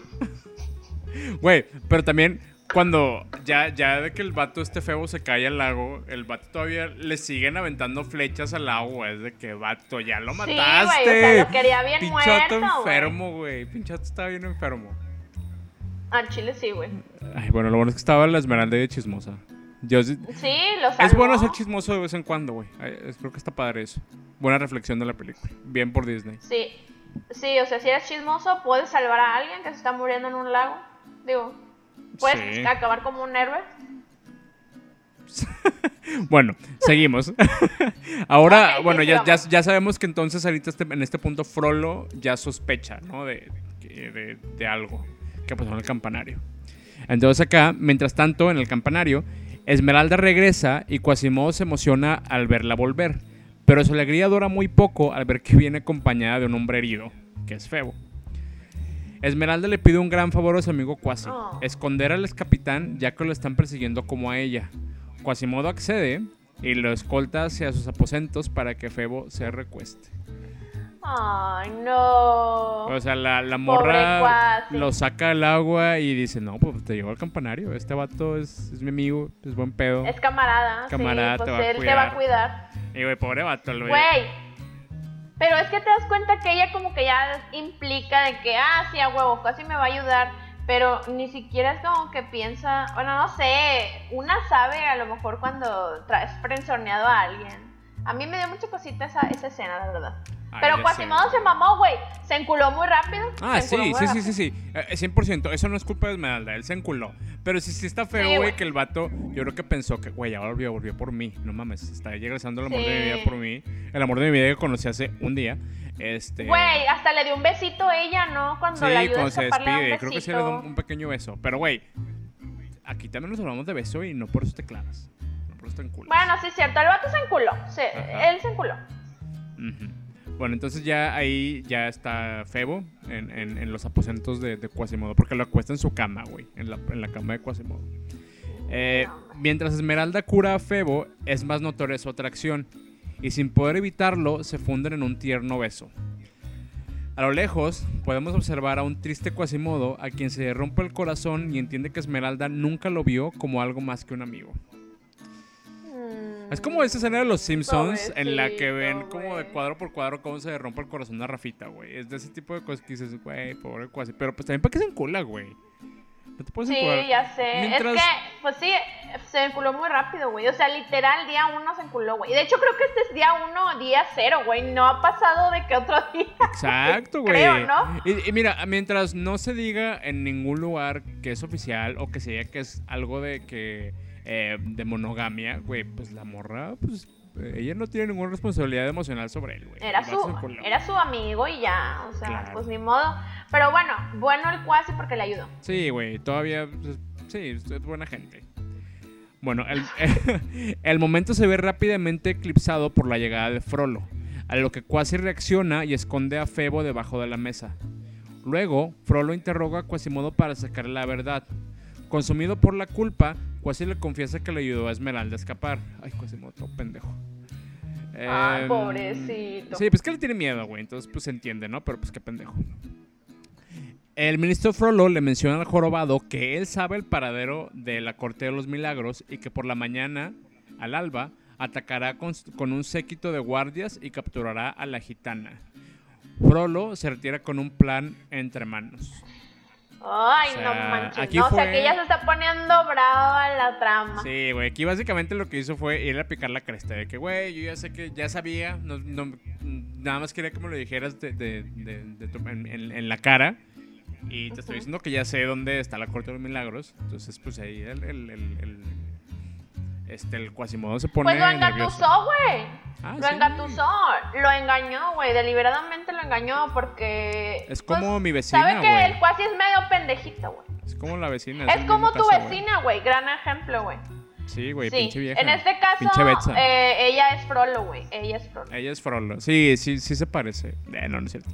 Güey, pero también... Cuando ya, ya de que el vato este Febo se cae al lago, el vato todavía le siguen aventando flechas al agua. Es de que, vato, ya lo mataste. Sí, güey, o sea, lo quería bien Pinchato muerto, enfermo, güey. Pinchato estaba bien enfermo. Al chile sí, güey. Ay, bueno, lo bueno es que estaba la Esmeralda de chismosa. Yo, sí, lo salvó. Es bueno ser chismoso de vez en cuando, güey. Creo que está padre eso. Buena reflexión de la película. Bien por Disney. Sí, sí, o sea, si eres chismoso, puedes salvar a alguien que se está muriendo en un lago. Digo... ¿Puedes sí. acabar como un héroe? Bueno, seguimos. Ahora, okay, bueno, sí, ya, ya, ya sabemos que entonces ahorita este, en este punto Frollo ya sospecha, ¿no? De, de, de algo que pasó en el campanario. Entonces acá, mientras tanto, en el campanario, Esmeralda regresa y Quasimodo se emociona al verla volver. Pero su alegría dura muy poco al ver que viene acompañada de un hombre herido, que es Febo. Esmeralda le pide un gran favor a su amigo Kwasi, oh. esconder al ex capitán ya que lo están persiguiendo como a ella. Quasimodo accede y lo escolta hacia sus aposentos para que Febo se recueste. Ay, no. O sea, la, la Pobre morra Cuasi. lo saca del agua y dice, no, pues te llevo al campanario. Este vato es, es mi amigo, es buen pedo. Es camarada. Camarada, sí, te pues va a él te va a cuidar. cuidar. Y güey, pobre vato, lo Güey. Pero es que te das cuenta que ella como que ya implica de que, ah, sí, a huevo, casi me va a ayudar. Pero ni siquiera es como que piensa, bueno, no sé, una sabe a lo mejor cuando traes frenzoneado a alguien. A mí me dio mucha cosita esa, esa escena, la verdad. Ay, Pero ya Quasimodo sé. se mamó, güey. Se enculó muy rápido. Ah, se enculó sí, muy sí, sí, rápido. sí, sí, eh, cien por ciento. Eso no es culpa de Esmeralda, él se enculó. Pero sí, sí está Sí, feo, güey, güey. que el vato, yo creo que pensó que, güey, ahora volvió, volvió por mí. No mames, está regresando el amor de mi vida Sí. por mí. El amor de mi vida que conocí hace un día. Este... Güey, hasta le dio un besito a ella, ¿no? Cuando Sí, la ayuda a cuando se escapar, le da un despide, creo que sí le da un, besito. un pequeño beso. Pero, güey, aquí también nos hablamos de beso y no por eso te clavas. No por eso te enculas. Bueno, sí es cierto, el vato se enculó. Se, Ajá. él se enculó. Ujú. Bueno, entonces ya ahí ya está Febo en, en, en los aposentos de, de Quasimodo, porque lo acuesta en su cama, güey, en la, en la cama de Quasimodo. Eh, mientras Esmeralda cura a Febo, es más notoria su atracción, y sin poder evitarlo, se funden en un tierno beso. A lo lejos, podemos observar a un triste Quasimodo a quien se le rompe el corazón y entiende que Esmeralda nunca lo vio como algo más que un amigo. Es como esa escena de los Simpsons en la que ven Pobrecito, como de güey. cuadro por cuadro cómo se le rompe el corazón a Rafita, güey. Es de ese tipo de cosas que dices, güey, pobre Quasi. Pero pues también para qué se encula, güey. No te puedes Sí, encular. ya sé. Mientras- Es que, pues sí, se enculó muy rápido, güey. O sea, literal, día uno se enculó, güy. De hecho, creo que este es día uno, día cero, güey. No ha pasado de que otro día. Exacto, güey. Creo, ¿no? Y, y mira, mientras no se diga en ningún lugar que es oficial o que se diga que es algo de que eh, de monogamia, güey, pues la morra, pues eh, ella no tiene ninguna responsabilidad emocional sobre él, güey. Era El vato se su, enculó. era su amigo y ya. O sea, Claro. pues ni modo. Pero bueno, bueno el Quasi porque le ayudó. Sí, güey, todavía, pues, sí, es buena gente. Bueno, el, el momento se ve rápidamente eclipsado por la llegada de Frollo, a lo que Quasi reacciona y esconde a Febo debajo de la mesa. Luego, Frollo interroga a Quasimodo para sacarle la verdad. Consumido por la culpa, Quasi le confiesa que le ayudó a Esmeralda a escapar. Ay, Quasimodo, todo pendejo. Ay, Em, pobrecito. Sí, pues que le tiene miedo, güey, entonces pues se entiende, ¿no? Pero pues qué pendejo. El ministro Frollo le menciona al jorobado que él sabe el paradero de la Corte de los Milagros y que por la mañana, al alba, atacará con, con un séquito de guardias y capturará a la gitana. Frollo se retira con un plan entre manos. Ay, O sea, no manches. aquí No, o sea fue- que ya se está poniendo brava la trama. Sí, güey, aquí básicamente lo que hizo fue ir a picar la cresta de que, güey, yo ya sé que ya sabía, no, no- nada más quería que me lo dijeras de, de- de- de tu- en, en- en la cara. Y te estoy diciendo que ya sé dónde está la Corte de los Milagros. Entonces, pues ahí el, el, el, el- este, el Quasimodo se pone Pues lo nervioso. engatusó, güey. Ah, Lo sí. engatusó, lo engañó, güey. Deliberadamente lo engañó porque. Es como pues, mi vecina, Sabe que güey. el Quasi es medio pendejito, güey. Es como la vecina. Es del como mismo tu casa, güey. vecina, güey. Gran ejemplo, güey. Sí, güey, Sí, pinche vieja. en este caso, Pinche Betsa. eh, ella es Frollo, güey. Ella es Frollo. Ella es Frollo. Sí, sí, sí se parece. Eh, no, no es cierto.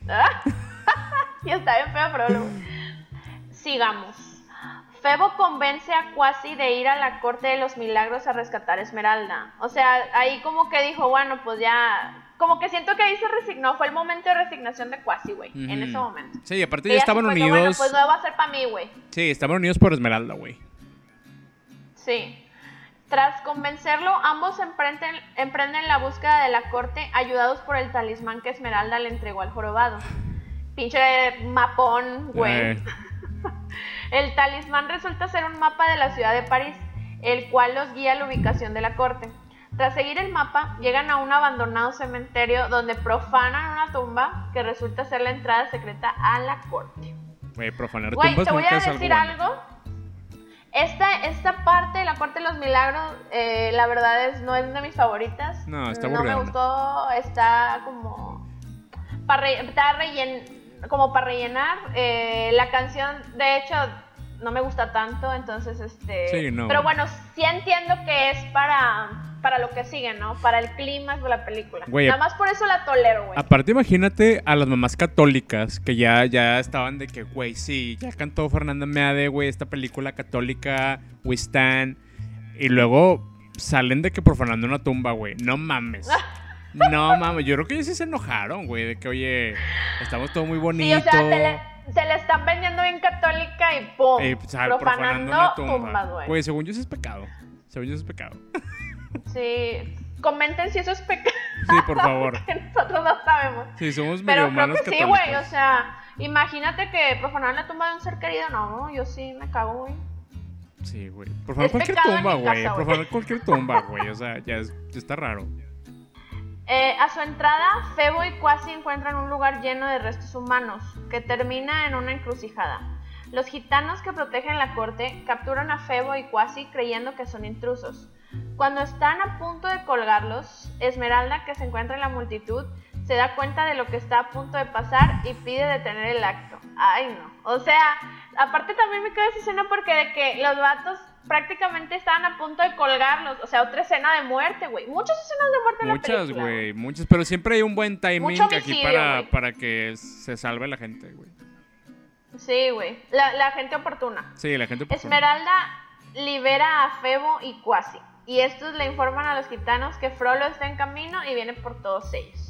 Y está bien feo, Frollo, güey. Sigamos. Febo convence a Quasi de ir a la Corte de los Milagros a rescatar a Esmeralda. O sea, ahí como que dijo, bueno, pues ya. Como que siento que ahí se resignó. Fue el momento de resignación de Quasi, güey. En Ujú. ese momento. Sí, aparte Que ya ella estaban sí fue que, unidos. bueno, pues no va a ser para mí, güey. Sí, estaban unidos por Esmeralda, güey. Sí. Tras convencerlo, ambos emprenden, emprenden la búsqueda de la corte, ayudados por el talismán que Esmeralda le entregó al jorobado. Pinche mapón, güey. Eh, El talismán resulta ser un mapa de la ciudad de París, el cual los guía a la ubicación de la corte. Tras seguir el mapa, llegan a un abandonado cementerio donde profanan una tumba que resulta ser la entrada secreta a la corte. Güey, profanar Güey, tumbas te voy nunca a es algo decir bueno. algo. Esta, esta parte de la Corte de los Milagros, eh, la verdad es no es de mis favoritas. No, está No me aburridona. gustó, está como para está rellen, como para rellenar. Eh, la canción, de hecho, no me gusta tanto, entonces este. Sí, no. Pero bueno, sí entiendo que es para para lo que sigue, ¿no? Para el clímax de la película. Güey, Nada más por eso la tolero, güey. Aparte, imagínate a las mamás católicas que ya, ya estaban de que, güey, sí, ya cantó Fernanda Meade, güey, esta película católica, We Stand. Y luego salen de que profanando una tumba, güey. No mames. No, mames, yo creo que ellos sí se enojaron, güey, de que, oye, estamos todo muy bonito. Sí, o sea, se le, se le están vendiendo bien católica y pum, eh, pues, ah, profanando, una tumba. tumbas, güey. Güey, según yo eso es pecado. Según yo eso es pecado. Sí, comenten si eso es pecado. Sí, por favor. Que nosotros no sabemos. Sí, somos medio Pero humanos creo que sí, güey, o sea, imagínate que profanar la tumba de un ser querido, no, yo sí me cago, güey. Sí, güey. Profanar Es cualquier pecado en tumba, mi güey. casa, güey. Profanar cualquier tumba, güey. O sea, ya, es, ya está raro. Eh, a su entrada, Febo y Quasi encuentran un lugar lleno de restos humanos, que termina en una encrucijada. Los gitanos que protegen la corte capturan a Febo y Quasi creyendo que son intrusos. Cuando están a punto de colgarlos, Esmeralda, que se encuentra en la multitud, se da cuenta de lo que está a punto de pasar y pide detener el acto. Ay, no. O sea, aparte también me queda esa escena porque de que los vatos prácticamente estaban a punto de colgarlos. O sea, otra escena de muerte, güey. Muchas escenas de muerte en la película. Muchas, güey. Muchas. Pero siempre hay un buen timing Mucho aquí homicidio, para, güey. para que se salve la gente, güey. Sí, güey. La, la gente oportuna. Sí, la gente oportuna. Esmeralda libera a Febo y Quasi. Y estos le informan a los gitanos que Frollo está en camino y viene por todos ellos.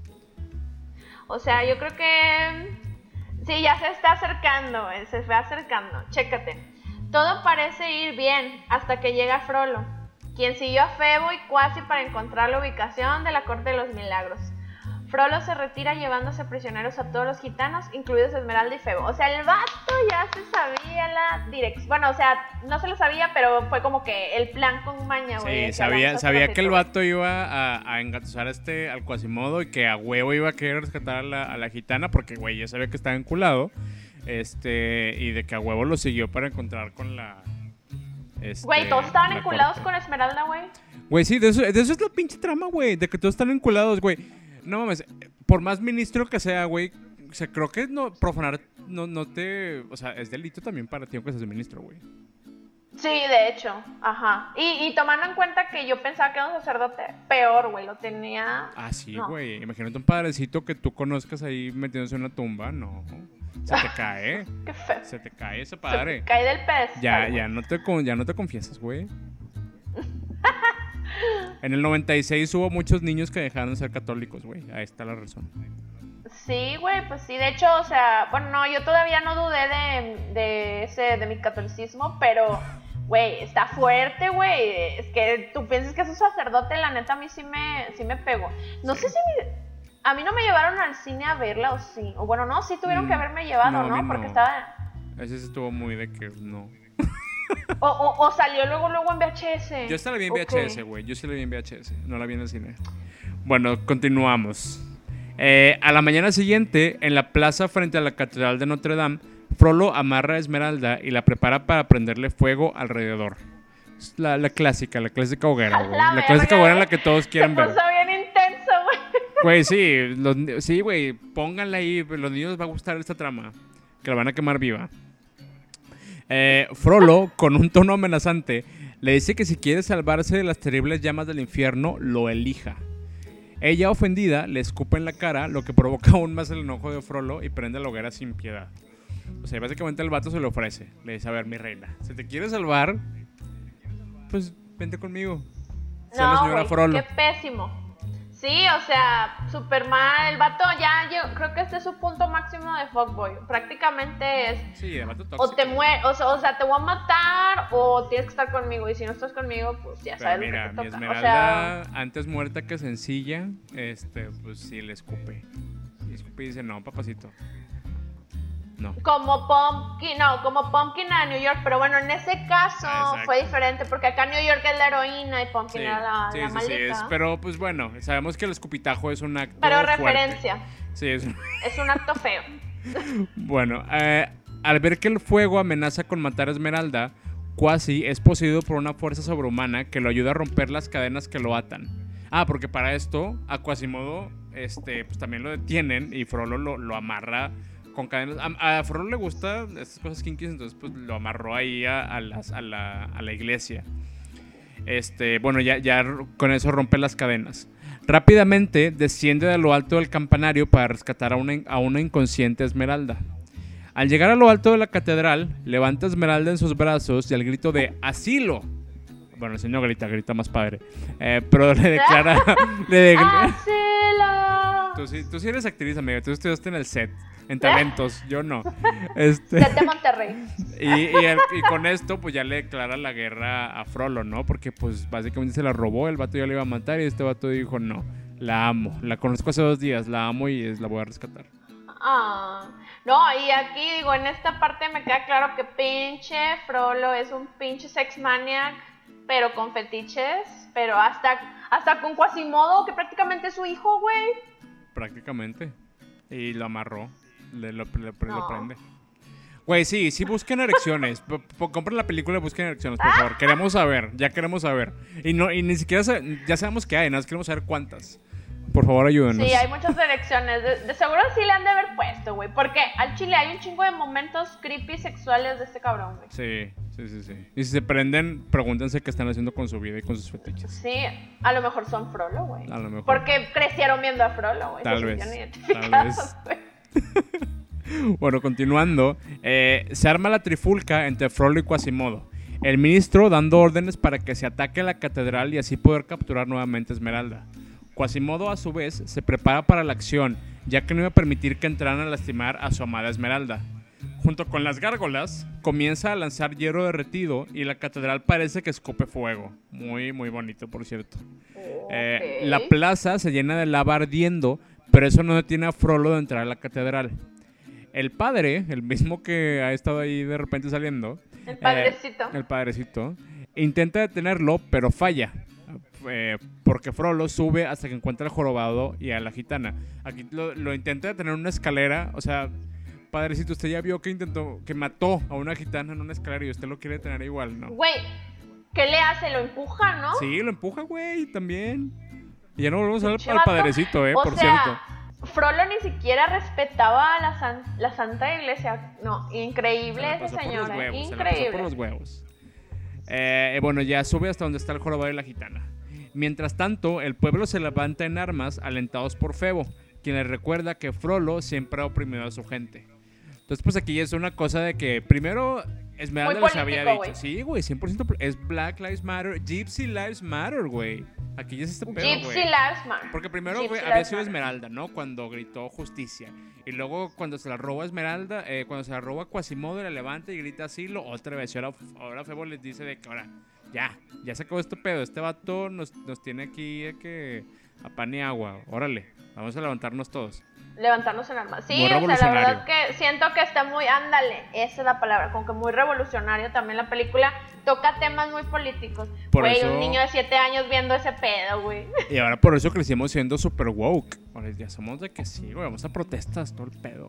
O sea, yo creo que... Sí, ya se está acercando, eh, se va acercando. Chécate. Todo parece ir bien hasta que llega Frollo, quien siguió a Febo y Quasi para encontrar la ubicación de la Corte de los Milagros. Frollo se retira llevándose prisioneros a todos los gitanos, incluidos Esmeralda y Febo. O sea, el vato ya se sabía la dirección. Bueno, o sea, no se lo sabía, pero fue como que el plan con maña, güey. Sí, sabía, sabía que el vato iba a, a engatusar a este, al Quasimodo y que a huevo iba a querer rescatar a la, a la gitana porque, güey, ya sabía que estaba enculado. Este, y de que a huevo lo siguió para encontrar con la... Este, güey, todos estaban la enculados corte. con Esmeralda, güey. Güey, sí, de eso, de eso es la pinche trama, güey. De que todos están enculados, güey. No mames, por más ministro que sea, güey, o sea, creo que no, profanar no, no te... O sea, es delito también para ti aunque seas ministro, güey. Sí, de hecho, ajá. Y, y tomando en cuenta que yo pensaba que era un sacerdote, peor, güey, lo tenía... Ah, sí, no. güey. Imagínate un padrecito que tú conozcas ahí metiéndose en una tumba, no. Se te cae. Qué feo. Se te cae ese Se padre. cae del pedestal, Ya, güey. ya no te, con- ya no te confiesas, güey. En el noventa y seis hubo muchos niños que dejaron de ser católicos, güey. Ahí está la razón. Sí, güey, pues sí, de hecho, o sea, bueno, no, yo todavía no dudé de, de ese, de mi catolicismo, pero, güey, está fuerte, güey, es que tú piensas que es un sacerdote, la neta, a mí sí me, sí me pegó. No sé si, mi- a mí no me llevaron al cine a verla, o sí, o bueno, no, sí tuvieron Mm, que haberme llevado, no, a ¿no? mí Porque no. estaba, Ese sí estuvo muy de que no. o, o, o salió luego, luego en V H S. Yo esta la vi en Ok. V H S, güey. Yo sí la vi en V H S. No la vi en el cine. Bueno, continuamos. Eh, a la mañana siguiente, en la plaza frente a la Catedral de Notre Dame, Frollo amarra a Esmeralda y la prepara para prenderle fuego alrededor. Es La, la clásica, la clásica hoguera, güey. La La, clásica verga, hoguera en güey. la que todos Se quieren ver. puso bien intenso, güey. Güey, sí, los ni- sí, güey, pónganla ahí, los niños les va a gustar esta trama, que la van a quemar viva. Eh, Frollo, con un tono amenazante, le dice que si quiere salvarse de las terribles llamas del infierno, lo elija. Ella, ofendida, le escupe en la cara, lo que provoca aún más el enojo de Frollo y prende la hoguera sin piedad. O sea, básicamente el vato se le ofrece, le dice, a ver, mi reina, si te quieres salvar, pues vente conmigo. Sea la No, señora güey, Frollo. qué pésimo. Sí, o sea, súper mal. El vato ya, yo creo que este es su punto máximo de fuckboy. Prácticamente es, Sí, el vato tóxico. o te mueres, o, sea- o sea, te voy a matar o tienes que estar conmigo. Y si no estás conmigo, pues ya Pero sabes mira, lo mi que te toca. Esmeralda, O sea, antes muerta que sencilla, este, pues sí le escupe. Y escupe y dice, no, papacito. No. como Pumpkin, no, como Pumpkin a New York. Pero bueno, en ese caso Ah, exacto. fue diferente porque acá New York es la heroína y Pumpkin Sí, era la, sí, la sí, maldita. sí, es- pero pues bueno, sabemos que el escupitajo es un acto Pero fuerte. referencia, Sí, es un- es un acto feo. Bueno, eh, al ver que el fuego amenaza con matar a Esmeralda, Quasi es poseído por una fuerza sobrehumana que lo ayuda a romper las cadenas que lo atan. Ah, porque para esto, a Quasimodo, este, pues también lo detienen y Frollo lo, lo amarra con cadenas. A, a Frollo le gustan estas cosas kinkies, entonces pues lo amarró ahí a, a las, a, la, a la iglesia. Este, bueno, ya, ya con eso rompe las cadenas. Rápidamente desciende de lo alto del campanario para rescatar a una, a una inconsciente Esmeralda. Al llegar a lo alto de la catedral, levanta a Esmeralda en sus brazos y al grito de ¡asilo! Bueno, el señor grita, grita más padre. Eh, pero le declara... le de... tú, sí, tú sí eres actriz, amiga. Tú estudiaste en el set, en talentos. Yo no. Este... Set de Monterrey. Y, y, el, y con esto, pues ya le declara la guerra a Frollo, ¿no? Porque, pues, básicamente se la robó. El vato ya le iba a matar y este vato dijo, no, la amo. La conozco hace dos días, la amo y es, la voy a rescatar. Ah, no, y aquí digo, en esta parte me queda claro que pinche Frollo es un pinche sex maniac, pero con fetiches, pero hasta, hasta con Quasimodo, que prácticamente es su hijo, güey. Prácticamente. Y lo amarró, le, lo, le, no. lo prende. Güey, sí, sí busquen erecciones. P- p- compren la película y busquen erecciones, por favor. Queremos saber, ya queremos saber. Y no y ni siquiera sa- ya sabemos que hay, nada más queremos saber cuántas. Por favor, ayúdenos. Sí, hay muchas elecciones. De, de seguro sí le han de haber puesto, güey. Porque al chile hay un chingo de momentos creepy sexuales de este cabrón, güey. Sí, sí, sí, sí. Y si se prenden, pregúntense qué están haciendo con su vida y con sus fetiches. Sí, a lo mejor son Frollo, güey. A lo mejor. Porque crecieron viendo a Frollo, güey. Tal Se vez. sentían Tal identificados, vez. güey. Bueno, continuando. Eh, se arma la trifulca entre Frollo y Quasimodo. El ministro dando órdenes para que se ataque la catedral y así poder capturar nuevamente a Esmeralda. Quasimodo, a su vez, se prepara para la acción, ya que no iba a permitir que entraran a lastimar a su amada Esmeralda. Junto con las gárgolas, comienza a lanzar hierro derretido y la catedral parece que escupe fuego. Muy, muy bonito, por cierto. Okay. Eh, la plaza se llena de lava ardiendo, pero eso no detiene a Frollo de entrar a la catedral. El padre, el mismo que ha estado ahí de repente saliendo... El padrecito. Eh, el padrecito. Intenta detenerlo, pero falla. Eh, porque Frollo sube hasta que encuentra al jorobado y a la gitana. Aquí lo, lo intenta detener en una escalera. O sea, padrecito, usted ya vio que intentó, que mató a una gitana en una escalera y usted lo quiere detener igual, ¿no? Güey, ¿qué le hace? Lo empuja, ¿no? Sí, lo empuja, güey, también. Y ya no volvemos a ver Pinche al vato. padrecito, eh, o por sea, cierto. Frollo ni siquiera respetaba a la, san, la Santa Iglesia. No, increíble ese señor, huevos, eh. Se la pasó Increíble. por los huevos. Eh, bueno, ya sube hasta donde está el jorobado y la gitana. Mientras tanto, el pueblo se levanta en armas, alentados por Febo, quien le recuerda que Frollo siempre ha oprimido a su gente. Entonces, pues aquí es una cosa de que primero Esmeralda Muy les había político, dicho. güey. Sí, güey, cien por ciento. Es Black Lives Matter, Gypsy Lives Matter, güey. Aquí ya es este pedo, güey. Gypsy Lives Matter. Porque primero Gypsy fue, Lives había sido Matter. Esmeralda, ¿no? Cuando gritó justicia. Y luego cuando se la roba Esmeralda, eh, cuando se la roba Quasimodo, la levanta y grita asilo, otra vez. Y ahora, ahora Febo les dice de que ahora, ya, ya se acabó este pedo. Este vato nos, nos tiene aquí de que a pan y agua. Órale, vamos a levantarnos todos. Levantarnos en armas. Sí, Muy o sea, la revolucionario. verdad que siento que está muy, ándale, esa es la palabra, como que muy revolucionario también la película. Toca temas muy políticos. Por Güey, eso- un niño de siete años viendo ese pedo, güey. Y ahora por eso crecimos siendo super woke. Ahora ya somos de que sí, güey, vamos a protestas, todo el pedo.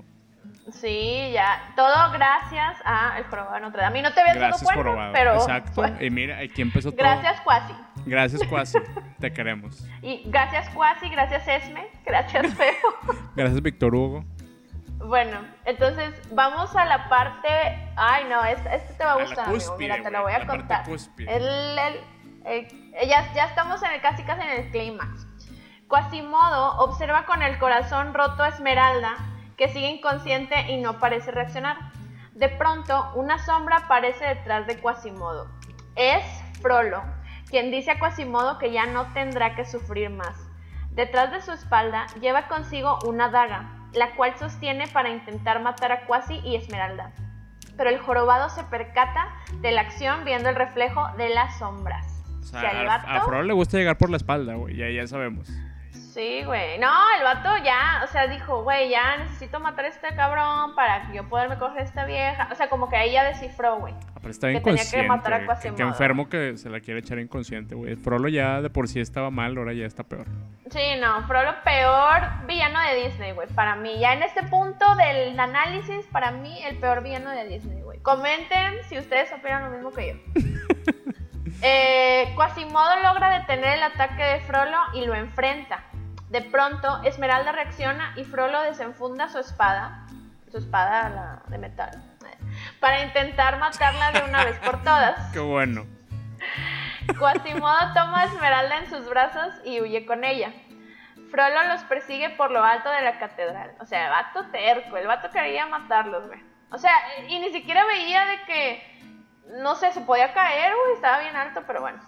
Sí, ya. Todo gracias a El Jorobado de Notre Dame. A mí no te habías dado Gracias, cuenta, jorobado. pero... Exacto. fue- Y mira, aquí empezó todo. Gracias, Quasi. Gracias, Quasi. Te queremos. Y gracias, Quasi. Gracias, Esme. Gracias, Feo. Gracias, Víctor Hugo. Bueno, entonces vamos a la parte... Ay, no, este, este te va a A la gustar, amigo. cúspide, Mira, te lo güey, voy a la parte contar. cúspide. El, el, el- ya, ya estamos en el, casi casi en el clímax. Quasimodo observa con el corazón roto a Esmeralda, que sigue inconsciente y no parece reaccionar. De pronto, una sombra aparece detrás de Quasimodo. Es Frollo, quien dice a Quasimodo que ya no tendrá que sufrir más. Detrás de su espalda lleva consigo una daga, la cual sostiene para intentar matar a Quasi y Esmeralda. Pero el jorobado se percata de la acción viendo el reflejo de las sombras. O sea, Que al a, vato- a Frollo le gusta llegar por la espalda, güey. Ya, ya sabemos. Sí, güey. No, el vato ya, o sea, dijo, güey, ya necesito matar a este cabrón para que yo poderme coger a esta vieja. O sea, como que ahí ya descifró, güey. Ah, pero está Que tenía que inconsciente. matar a Qué- Quasimodo. Qué enfermo que se la quiere echar inconsciente, güey. Frollo ya de por sí estaba mal, ahora ya está peor. Sí, no, Frollo peor villano de Disney, güey. Para mí, ya en este punto del análisis, para mí el peor villano de Disney, güey. Comenten si ustedes opinan lo mismo que yo. eh, Quasimodo logra detener el ataque de Frollo y lo enfrenta. De pronto, Esmeralda reacciona y Frollo desenfunda su espada, su espada la de metal, para intentar matarla de una vez por todas. Qué bueno. Quasimodo toma a Esmeralda en sus brazos y huye con ella. Frollo los persigue por lo alto de la catedral. O sea, el vato terco, el vato quería matarlos, güey. O sea, y ni siquiera veía de que, no sé, se podía caer, güey, estaba bien alto, pero bueno.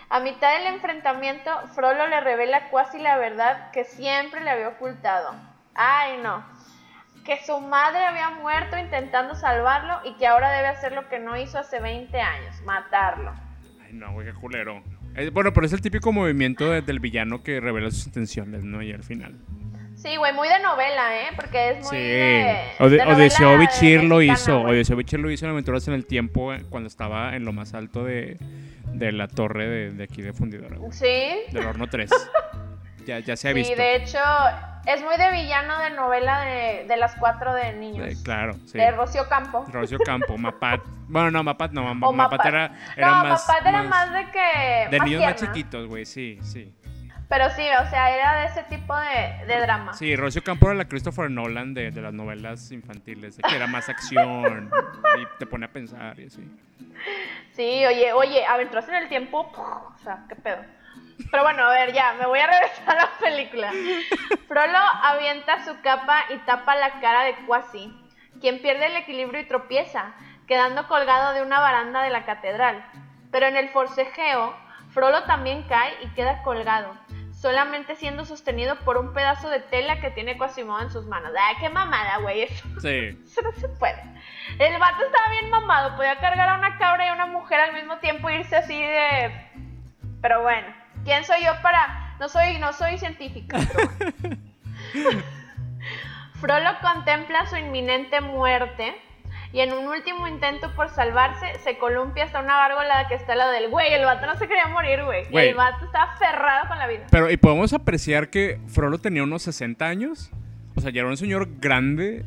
A mitad del enfrentamiento, Frollo le revela a Quasi la verdad que siempre le había ocultado. Ay, no. Que su madre había muerto intentando salvarlo y que ahora debe hacer lo que no hizo hace veinte años, matarlo. Ay, no, güey, qué culero. Eh, bueno, pero es el típico movimiento de, del villano que revela sus intenciones, ¿no? Y al final. Sí, güey, muy de novela, ¿eh? Porque es muy Sí. de... O de, de Odiseo Bichir lo hizo. güey. Odiseo Bichir lo hizo en Aventuras en el Tiempo eh, cuando estaba en lo más alto de, de la torre de, de aquí de Fundidora. Güey. Sí. Del Horno tres. ya, ya se ha Sí, visto. de hecho, es muy de villano de novela de, de las cuatro de niños. Eh, claro, sí. De Rocío Campo. Rocío Campo, Mapat. Bueno, no, Mapat no. Ma- O Mapat, Mapat. era, era no, más. Mapat era más, más de que... de más niños más tierna. chiquitos, güey, sí, sí. Pero sí, o sea, era de ese tipo de, de drama. Sí, Rocío Campo era la Christopher Nolan de, de las novelas infantiles, de que era más acción y te pone a pensar y así. Sí, oye, oye, Aventuras en el Tiempo, puf, o sea, qué pedo. Pero bueno, a ver, ya, me voy a regresar a la película. Frollo avienta su capa y tapa la cara de Quasi, quien pierde el equilibrio y tropieza, quedando colgado de una baranda de la catedral. Pero en el forcejeo, Frollo también cae y queda colgado, solamente siendo sostenido por un pedazo de tela que tiene Quasimodo en sus manos. ¡Ay, qué mamada, güey! Eso, Sí. eso no se puede. El vato estaba bien mamado, podía cargar a una cabra y a una mujer al mismo tiempo e irse así de... Pero bueno, ¿quién soy yo para...? No soy, no soy científica, pero bueno. Frollo contempla su inminente muerte y en un último intento por salvarse, se columpia hasta una gárgola que está al lado del güey. El vato no se quería morir, güey. Güey. El vato estaba aferrado con la vida. Pero, y podemos apreciar que Frollo tenía unos sesenta años. O sea, ya era un señor grande.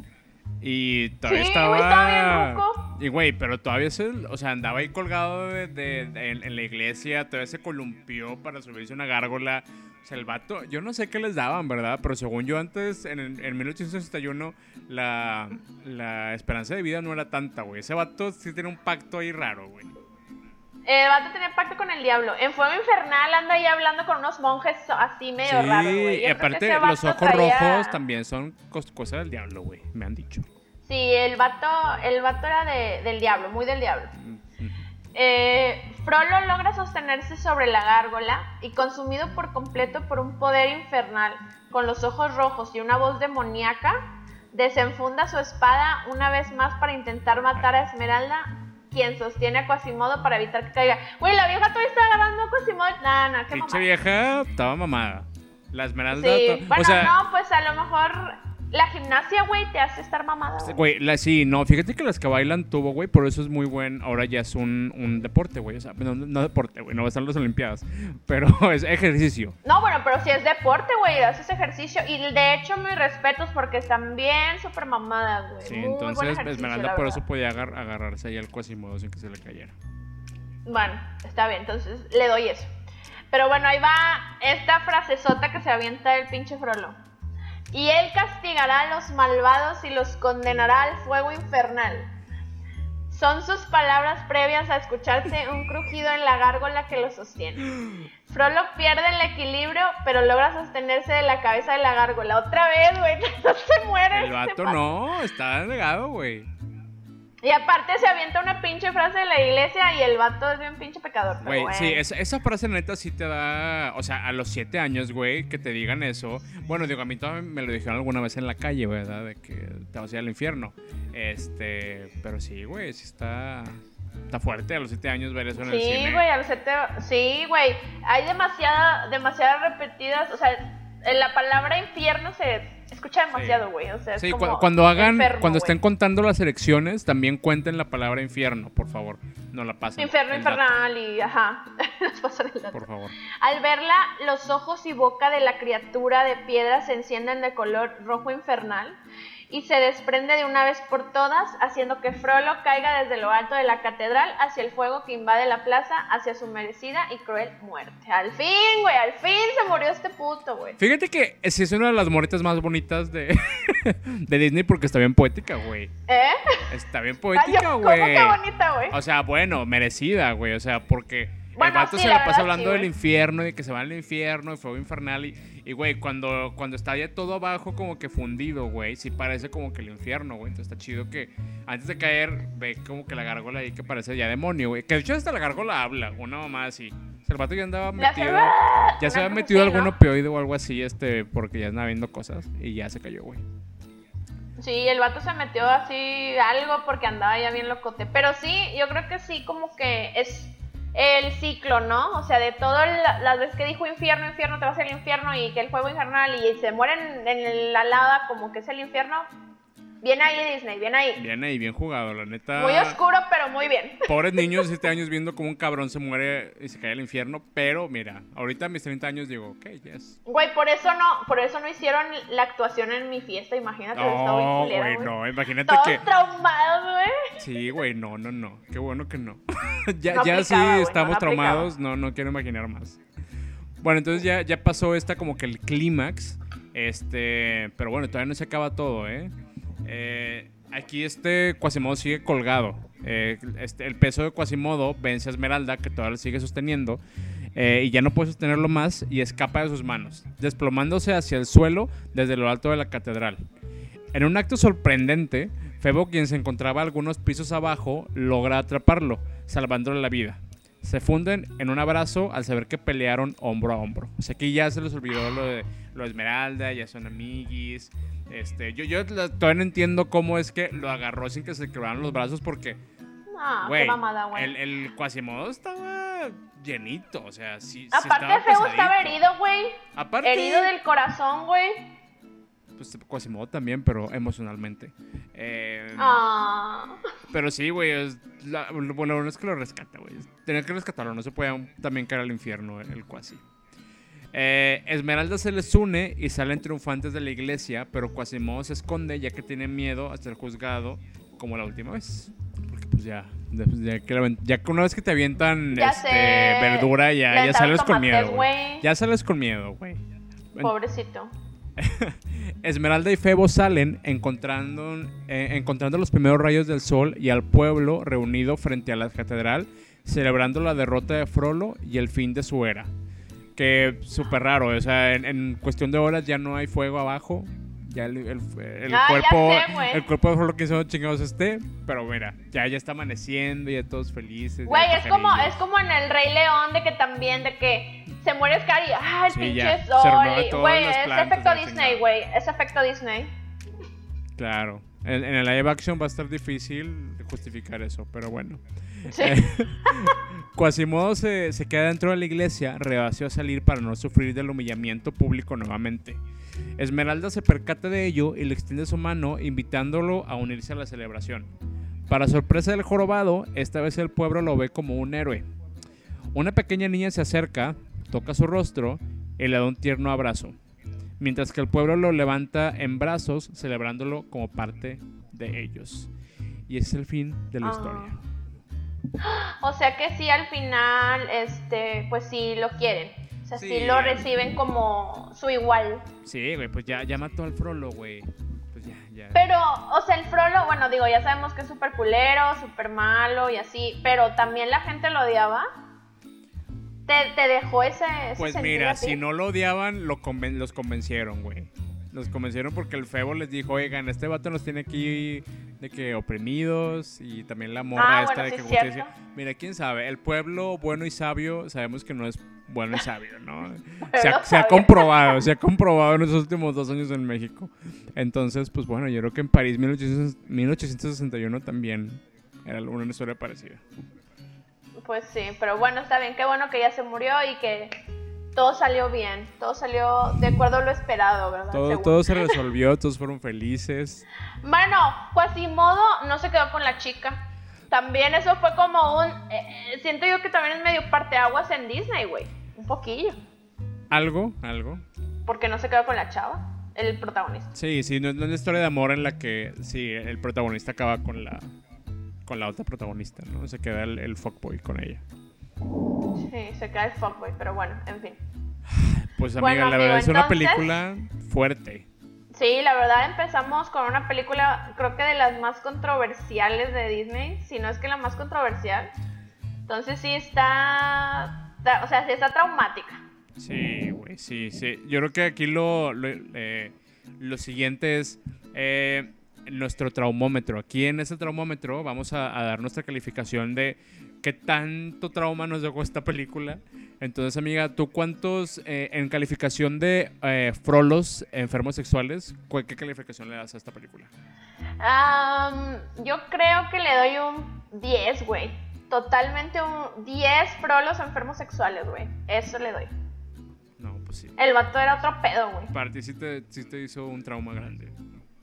Y todavía Sí, estaba. güey, estaba bien ruco. Y güey, pero todavía se. O sea, andaba ahí colgado de, de- de- en, en la iglesia. Todavía se columpió para subirse a una gárgola. O sea, el vato. Yo no sé qué les daban, ¿verdad? Pero según yo, antes, en, en mil ochocientos sesenta y uno, la, la esperanza de vida no era tanta, güey. Ese vato sí tiene un pacto ahí raro, güey. El vato tenía pacto con el diablo. En Fuego Infernal anda ahí hablando con unos monjes así medio Sí, raros, güey. Yo y creo que aparte ese los vato ojos traía- rojos también son cos- cosas del diablo, güey. Me han dicho. Sí, el vato, el vato era de, del diablo, muy del diablo. Eh, Frollo logra sostenerse sobre la gárgola y, consumido por completo por un poder infernal, con los ojos rojos y una voz demoníaca, desenfunda su espada una vez más para intentar matar a Esmeralda, quien sostiene a Quasimodo para evitar que caiga. Güey, la vieja todavía está agarrando a Quasimodo. Nah, nah, qué Pinche mamada. vieja estaba mamada. La Esmeralda. Sí, to- bueno, o sea, no, pues a lo mejor la gimnasia, güey, te hace estar mamada. güey. güey, la, sí, no, fíjate que las que bailan tubo, güey, por eso es muy buen. Ahora ya es un, un deporte, güey. O sea, no, no deporte, güey, no va a estar en las Olimpiadas. Pero es ejercicio. No, bueno, pero si es deporte, güey, haces ejercicio. Y de hecho, mis respetos porque están bien súper mamadas, güey. Sí, Muy buen entonces ejercicio, Esmeralda la por verdad. eso podía agar- agarrarse ahí al Quasimodo sin que se le cayera. Bueno, está bien, entonces le doy eso. Pero bueno, ahí va esta frasezota que se avienta el pinche Frollo. Y él castigará a los malvados y los condenará al fuego infernal. Son sus palabras previas a escucharse un crujido en la gárgola que lo sostiene. Frollo pierde el equilibrio, pero logra sostenerse de la cabeza de la gárgola. Otra vez, güey, no se muere. El este vato no, está negado, güey. Y aparte se avienta una pinche frase de la iglesia y el vato es bien pinche pecador. pero Güey, bueno. sí, esa, esa frase neta sí te da, o sea, a los siete años, güey, que te digan eso. Bueno, digo, a mí todavía me lo dijeron alguna vez en la calle, ¿verdad? De que te vas a ir al infierno. Este, pero sí, güey, sí está, está fuerte a los siete años ver eso en el Sí, cine. güey, a los siete... Sí, güey, hay demasiada, demasiadas repetidas, o sea, en la palabra infierno se escucha demasiado, güey, o sea, es Sí, cu- como cuando hagan, enfermo, cuando güey. estén contando las elecciones, también cuenten la palabra infierno, por favor. No la pasen. Infierno, El dato, infernal y, ajá, nos pasan el dato. por favor. Al verla, los ojos y boca de la criatura de piedra se encienden de color rojo infernal y se desprende de una vez por todas, haciendo que Frollo caiga desde lo alto de la catedral hacia el fuego que invade la plaza, hacia su merecida y cruel muerte. Al fin, güey, al fin se murió este puto, güey. Fíjate que sí es una de las moritas más bonitas de, de Disney porque está bien poética, güey. ¿Eh? Está bien Ay, poética, yo- ¿Cómo güey. que bonita, güey? O sea, bueno, merecida, güey. O sea, porque Bueno, el vato sí, se la la pasa verdad, hablando sí, del güey. infierno, de que se va al infierno, de fuego infernal. Y, y, güey, cuando, cuando está ya todo abajo, como que fundido, güey, sí parece como que el infierno, güey. Entonces está chido que antes de caer, ve como que la gárgola ahí que parece ya demonio, güey. Que de hecho hasta la gárgola habla, una mamá así. O sea, el vato ya andaba Le hace, metido. "Ah", Ya se una había cosa metido así, algún ¿no? opioide o algo así, este, porque ya andaba viendo cosas y ya se cayó, güey. Sí, el vato se metió así algo porque andaba ya bien locote. Pero sí, yo creo que sí, como que es el ciclo, ¿no? O sea, de todas las veces que dijo infierno, infierno, te vas al infierno y que el fuego infernal y se mueren en la lava como que es el infierno. Bien ahí Disney, bien ahí. Bien ahí, bien jugado, la neta. Muy oscuro, pero muy bien. Pobres niños de siete años viendo como un cabrón se muere y se cae al infierno. Pero mira, ahorita a mis treinta años digo, ok, yes. Güey, por eso no, por eso no hicieron la actuación en mi fiesta, imagínate, estaba bien No, culera, güey, güey. no, imagínate Todos que... traumados, güey. Sí, güey, no, no, no. Qué bueno que no. ya No ya sí aplicaba, güey, estamos no, no traumados, no, no quiero imaginar más. Bueno, entonces ya, ya pasó esta como que el clímax. Este, pero bueno, todavía no se acaba todo, ¿eh? Eh, aquí este Quasimodo sigue colgado. Eh, este, el peso de Quasimodo vence a Esmeralda, que todavía lo sigue sosteniendo. Eh, y ya no puede sostenerlo más y escapa de sus manos, desplomándose hacia el suelo desde lo alto de la catedral. En un acto sorprendente, Febo, quien se encontraba algunos pisos abajo, logra atraparlo, salvándole la vida. Se funden en un abrazo al saber que pelearon hombro a hombro. O sea, aquí ya se les olvidó lo de, lo de Esmeralda, ya son amiguis. Este, yo, yo todavía no entiendo cómo es que lo agarró sin que se quebraran los brazos porque... Ah, Güey, qué mamada, güey. el, el Quasimodo estaba llenito, o sea, sí, sí Aparte, estaba Febo estaba pesadito. herido, güey. Aparte, Herido del corazón, güey. pues Quasimodo también, pero emocionalmente. Eh, Ah. Pero sí, güey, es la- lo bueno es que lo rescata, güey. Tenía que rescatarlo, no se puede aún también caer al infierno el, el Quasi. Eh, Esmeralda se les une y salen triunfantes de la iglesia, pero Quasimodo se esconde ya que tiene miedo a ser juzgado como la última vez. Porque pues ya, ya, ya que, la- ya que una vez que te avientan Ya este, sé. verdura, ya, Le ya aventaron sales con tomates, miedo, güey. güey. Ya sales con miedo, güey. Pobrecito. Esmeralda y Febo salen encontrando, eh, encontrando los primeros rayos del sol y al pueblo reunido frente a la catedral, celebrando la derrota de Frollo y el fin de su era. Que súper raro, o sea, en, en cuestión de horas ya no hay fuego abajo. Ya el, el, el Ah, ya cuerpo sé, güey. el cuerpo de Frollo que hizo chingados esté, pero mira, ya, ya está amaneciendo y ya todos felices. Güey, ya es como, pajarillos. es como en el Rey León de que también, de que se muere Scar y ¡ah, el Sí, pinche ya, se sol! renueva Y, todas güey, las es plantas, efecto la Disney, chingada. güey. Es efecto Disney. Claro, en, en el live action va a estar difícil justificar eso, pero bueno. Sí. Eh, Quasimodo se, se queda dentro de la iglesia, reacio a salir para no sufrir del humillamiento público nuevamente. Esmeralda se percata de ello y le extiende su mano, invitándolo a unirse a la celebración. Para sorpresa del jorobado, esta vez el pueblo lo ve como un héroe. Una pequeña niña se acerca, toca su rostro y le da un tierno abrazo, mientras que el pueblo lo levanta en brazos, celebrándolo como parte de ellos. Y ese es el fin de la Ah. historia. O sea que sí, al final, este, pues sí lo quieren. O sea, sí, Sí. lo reciben como su igual. Sí, güey, pues ya, ya mató al Frollo, güey. Pues ya, ya. Pero, o sea, el Frollo, bueno, digo, ya sabemos que es súper culero, súper malo y así, pero también la gente lo odiaba. ¿Te, te dejó ese, ese Pues sentido mira, a ti? si no lo odiaban, lo conven- los convencieron, güey. Los convencieron porque el Febo les dijo, oigan, este vato nos tiene aquí de que oprimidos y también la morra Ah, esta bueno, de sí que es justicia. cierto. Mira, quién sabe, el pueblo bueno y sabio sabemos que no es bueno y sabio, ¿no? Pero se, ha, lo se ha sabía. comprobado, se ha comprobado en los últimos dos años en México. Entonces, pues bueno, yo creo que en París mil ochocientos, mil ochocientos sesenta y uno también era una historia parecida. Pues sí, pero bueno, está bien, qué bueno que ya se murió y que todo salió bien, todo salió de acuerdo a lo esperado, ¿verdad? Todo, Según. todo se resolvió, todos fueron felices. Bueno, Quasimodo no se quedó con la chica. También eso fue como un... eh, eh, siento yo que también es medio parteaguas en Disney, güey. Un poquillo. Algo, algo. Porque no se quedó con la chava, el protagonista. Sí, sí, no, no es una historia de amor en la que sí, el protagonista acaba con la con la otra protagonista, ¿no? Se queda el, el fuckboy con ella. Sí, se queda el fuckboy, pero bueno, en fin. Pues amiga, Bueno, la verdad amigo, es una entonces- película fuerte. Sí, la verdad empezamos con una película, creo que de las más controversiales de Disney, si no es que la más controversial. Entonces sí está, está- o sea, sí está traumática. Sí, güey, sí, sí. Yo creo que aquí lo, lo, eh, lo siguiente es eh, nuestro traumómetro. Aquí en ese traumómetro vamos a, a dar nuestra calificación de qué tanto trauma nos dejó esta película. Entonces, amiga, ¿tú cuántos, eh, en calificación de eh, frolos enfermos sexuales, ¿cuál- qué calificación le das a esta película? Um, yo creo que le doy un diez, güey. Totalmente un diez frolos enfermos sexuales, güey. Eso le doy. No, pues sí. El vato era otro pedo, güey. Para ti sí te, sí te hizo un trauma grande.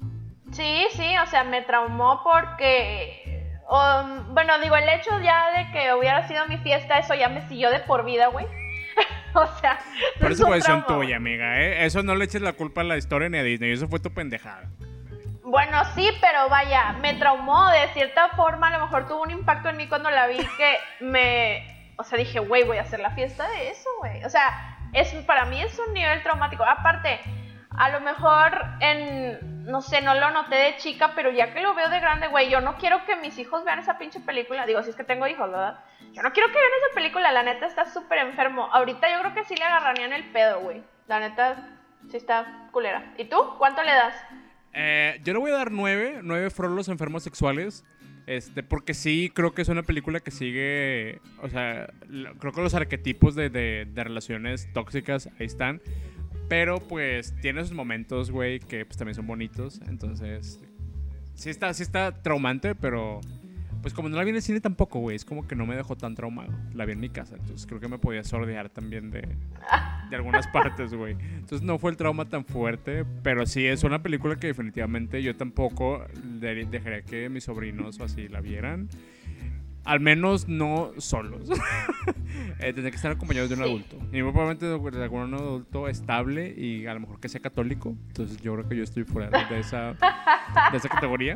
Sí, sí, o sea, me traumó porque... um, bueno, digo, el hecho ya de que hubiera sido mi fiesta, eso ya me siguió de por vida, güey. O sea, Pero es eso un puede ser trauma, tuya, amiga, ¿eh? Eso no le eches la culpa a la historia ni a Disney, eso fue tu pendejada. Bueno, sí, pero vaya, me traumó de cierta forma, a lo mejor tuvo un impacto en mí cuando la vi que me... O sea, dije, güey, voy a hacer la fiesta de eso, güey. O sea, es, para mí es un nivel traumático. Aparte, a lo mejor en... No sé, no lo noté de chica, pero ya que lo veo de grande, güey, yo no quiero que mis hijos vean esa pinche película. Digo, si es que tengo hijos, ¿verdad? Yo no quiero que vean esa película, la neta está súper enfermo. Ahorita yo creo que sí le agarrarían el pedo, güey. La neta sí está culera. ¿Y tú? ¿Cuánto le das? Eh, yo le voy a dar nueve, nueve frolos enfermos sexuales. Este, porque sí, creo que es una película que sigue. O sea, lo- creo que los arquetipos de, de, de relaciones tóxicas ahí están. Pero pues tiene sus momentos, güey, que pues también son bonitos. Entonces, sí está, sí está traumante, pero pues como no la vi en el cine tampoco, güey. Es como que no me dejó tan traumado. La vi en mi casa, entonces creo que me podía sordear también de, de algunas partes, güey. Entonces no fue el trauma tan fuerte, pero sí es una película que definitivamente yo tampoco de- dejaría que mis sobrinos o así la vieran. Al menos no solos. eh, tendría que estar acompañados de un Sí. adulto. Y muy probablemente de de algún adulto estable y a lo mejor que sea católico. Entonces yo creo que yo estoy fuera de esa, de esa categoría.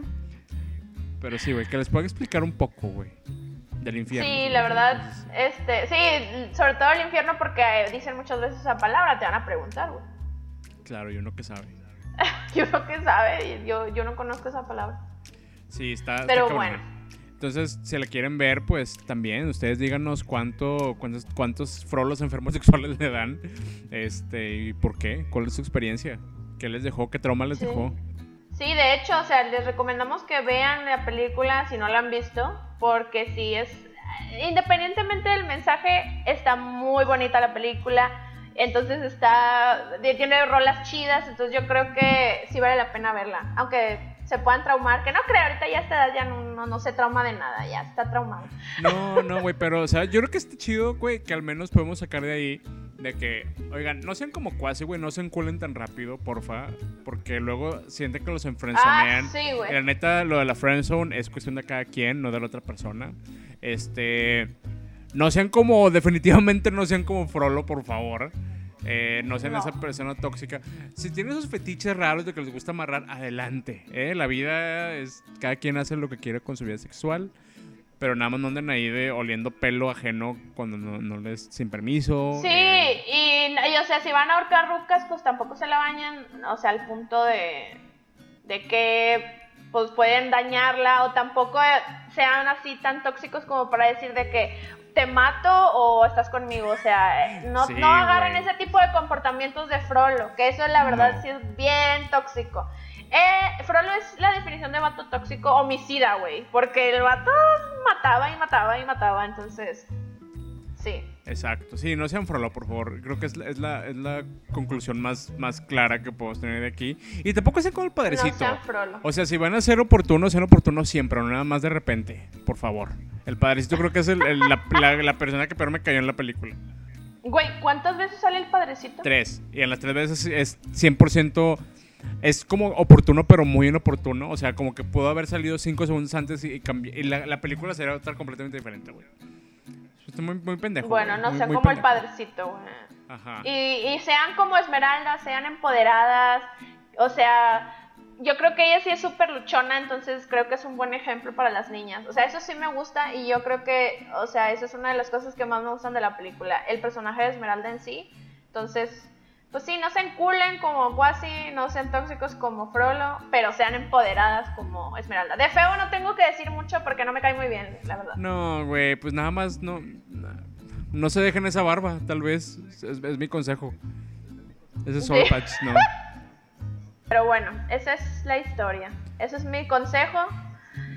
Pero sí, güey, que les pueda explicar un poco, güey, del infierno. Sí, la verdad, este, sí, sobre todo el infierno porque dicen muchas veces esa palabra, te van a preguntar, güey. Claro, y uno que sabe. Yo no que sabe, yo, yo no conozco esa palabra. Sí, está, está Pero cabrona. bueno. Entonces, si la quieren ver, pues también ustedes díganos cuánto, cuántos, cuántos frolos enfermos sexuales le dan, este, y por qué, cuál es su experiencia, qué les dejó, qué trauma les Sí. dejó. Sí, de hecho, o sea, les recomendamos que vean la película si no la han visto, porque sí es, independientemente del mensaje, está muy bonita la película, entonces está, tiene rolas chidas, entonces yo creo que sí vale la pena verla, aunque se puedan traumar, que no creo, ahorita ya a esta edad ya no, no, no se trauma de nada, ya está traumado. No, no, güey, pero, o sea, yo creo que está chido, güey, que al menos podemos sacar de ahí de que, oigan, no sean como cuasi, güey, no se enculen tan rápido, porfa, porque luego sienten que los enfrenzonean. Ah, sí, güey. Y la neta, lo de la friendzone es cuestión de cada quien, no de la otra persona. Este, no sean como, definitivamente no sean como Frollo, por favor. Eh, no sean No. esa persona tóxica. Si tienen esos fetiches raros de que les gusta amarrar, adelante. ¿eh? La vida es, cada quien hace lo que quiere con su vida sexual. Pero nada más no anden ahí de oliendo pelo ajeno cuando no, no les, sin permiso. Sí, eh, y, y, o sea, si van a ahorcar rucas, pues tampoco se la bañan, o sea, al punto de, de que pues pueden dañarla, o tampoco sean así tan tóxicos como para decir de que te mato o estás conmigo, o sea, no, Sí, no agarren güey. ese tipo de comportamientos de Frollo, que eso la verdad No. sí es bien tóxico. Eh, Frollo es la definición de vato tóxico homicida, güey, porque el vato mataba y mataba y mataba, entonces, sí. Exacto, sí, no sean Frollo, por favor. Creo que es la, es la, es la conclusión más, más clara que podemos tener de aquí. Y tampoco sean como el padrecito. No sean Frollo. O sea, si van a ser oportunos, sean oportunos siempre, no nada más de repente, por favor. El padrecito creo que es el- el- la, la- la persona que peor me cayó en la película. Güey, ¿cuántas veces sale el padrecito? Tres. Y en las tres veces es cien por ciento... Es como oportuno, pero muy inoportuno. O sea, como que pudo haber salido cinco segundos antes y, cambi- y la, la película sería otra completamente diferente, güey. Estoy muy, muy pendejo. Bueno, güey. no Muy- sean muy como el pendejo. padrecito, güey. Ajá. Y, y sean como Esmeralda, sean empoderadas. O sea, yo creo que ella sí es súper luchona, entonces creo que es un buen ejemplo para las niñas. O sea, eso sí me gusta y yo creo que, o sea, eso es una de las cosas que más me gustan de la película. El personaje de Esmeralda en sí. Entonces, pues sí, no se enculen como Wasi, no sean tóxicos como Frollo, pero sean empoderadas como Esmeralda. De feo no tengo que decir mucho porque no me cae muy bien, la verdad. No, güey, pues nada más no. No se dejen esa barba, tal vez. Es, es mi consejo. Ese es Sour Sí. Patch, no. Pero bueno, esa es la historia. Ese es mi consejo.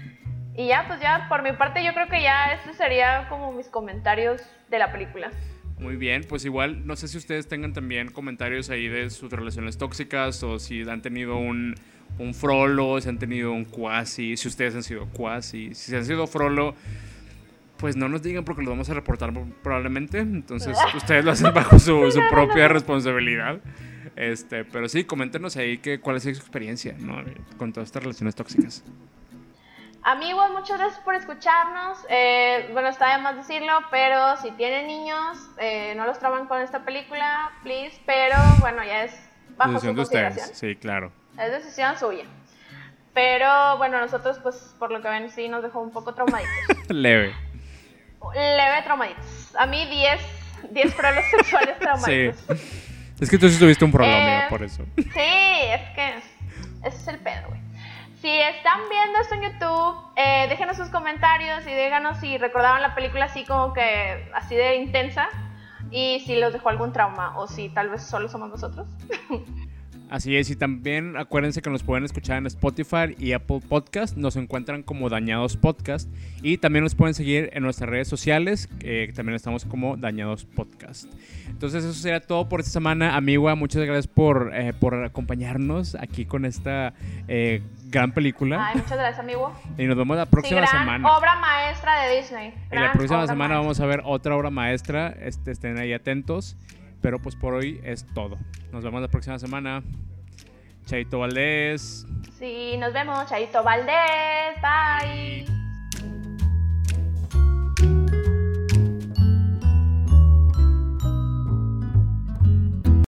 Y ya, pues ya, por mi parte, yo creo que ya estos serían como mis comentarios de la película. Muy bien, pues igual, no sé si ustedes tengan también comentarios ahí de sus relaciones tóxicas o si han tenido un, un frolo, si han tenido un cuasi, si ustedes han sido cuasi, si han sido frolo, pues no nos digan porque lo vamos a reportar probablemente, entonces ustedes lo hacen bajo su, su propia responsabilidad. Este, pero sí, coméntenos ahí que, cuál es su experiencia, ¿no? Con todas estas relaciones tóxicas. Amigos, muchas gracias por escucharnos. Eh, bueno, está de más decirlo, pero si tienen niños, eh, no los trauman con esta película, please. Pero bueno, ya es bajo decisión su de consideración. Ustedes. Sí, claro. Es decisión suya. Pero bueno, nosotros, pues por lo que ven, sí nos dejó un poco traumaditos. Leve. Leve traumaditos. A mí diez frolos sexuales traumaditos. Sí. Es que tú sí tuviste un problema, eh, amiga, por eso. Sí, es que ese es el pedo, güey. Si están viendo esto en YouTube, eh, déjenos sus comentarios y díganos si recordaban la película así como que así de intensa y si los dejó algún trauma o si tal vez solo somos nosotros. Así es, y también acuérdense que nos pueden escuchar en Spotify y Apple Podcast, nos encuentran como Dañados Podcast y también nos pueden seguir en nuestras redes sociales, eh, también estamos como Dañados Podcast. Entonces eso sería todo por esta semana, amigua, muchas gracias por, eh, por acompañarnos aquí con esta eh, gran película. Ay, muchas gracias, amigo. Y nos vemos la próxima sí, gran semana. Obra maestra de Disney. Y la próxima semana maestra. vamos a ver otra obra maestra, este, estén ahí atentos. Pero pues por hoy es todo. Nos vemos la próxima semana. Chaito Valdés. Sí, nos vemos. Chaito Valdés. Bye.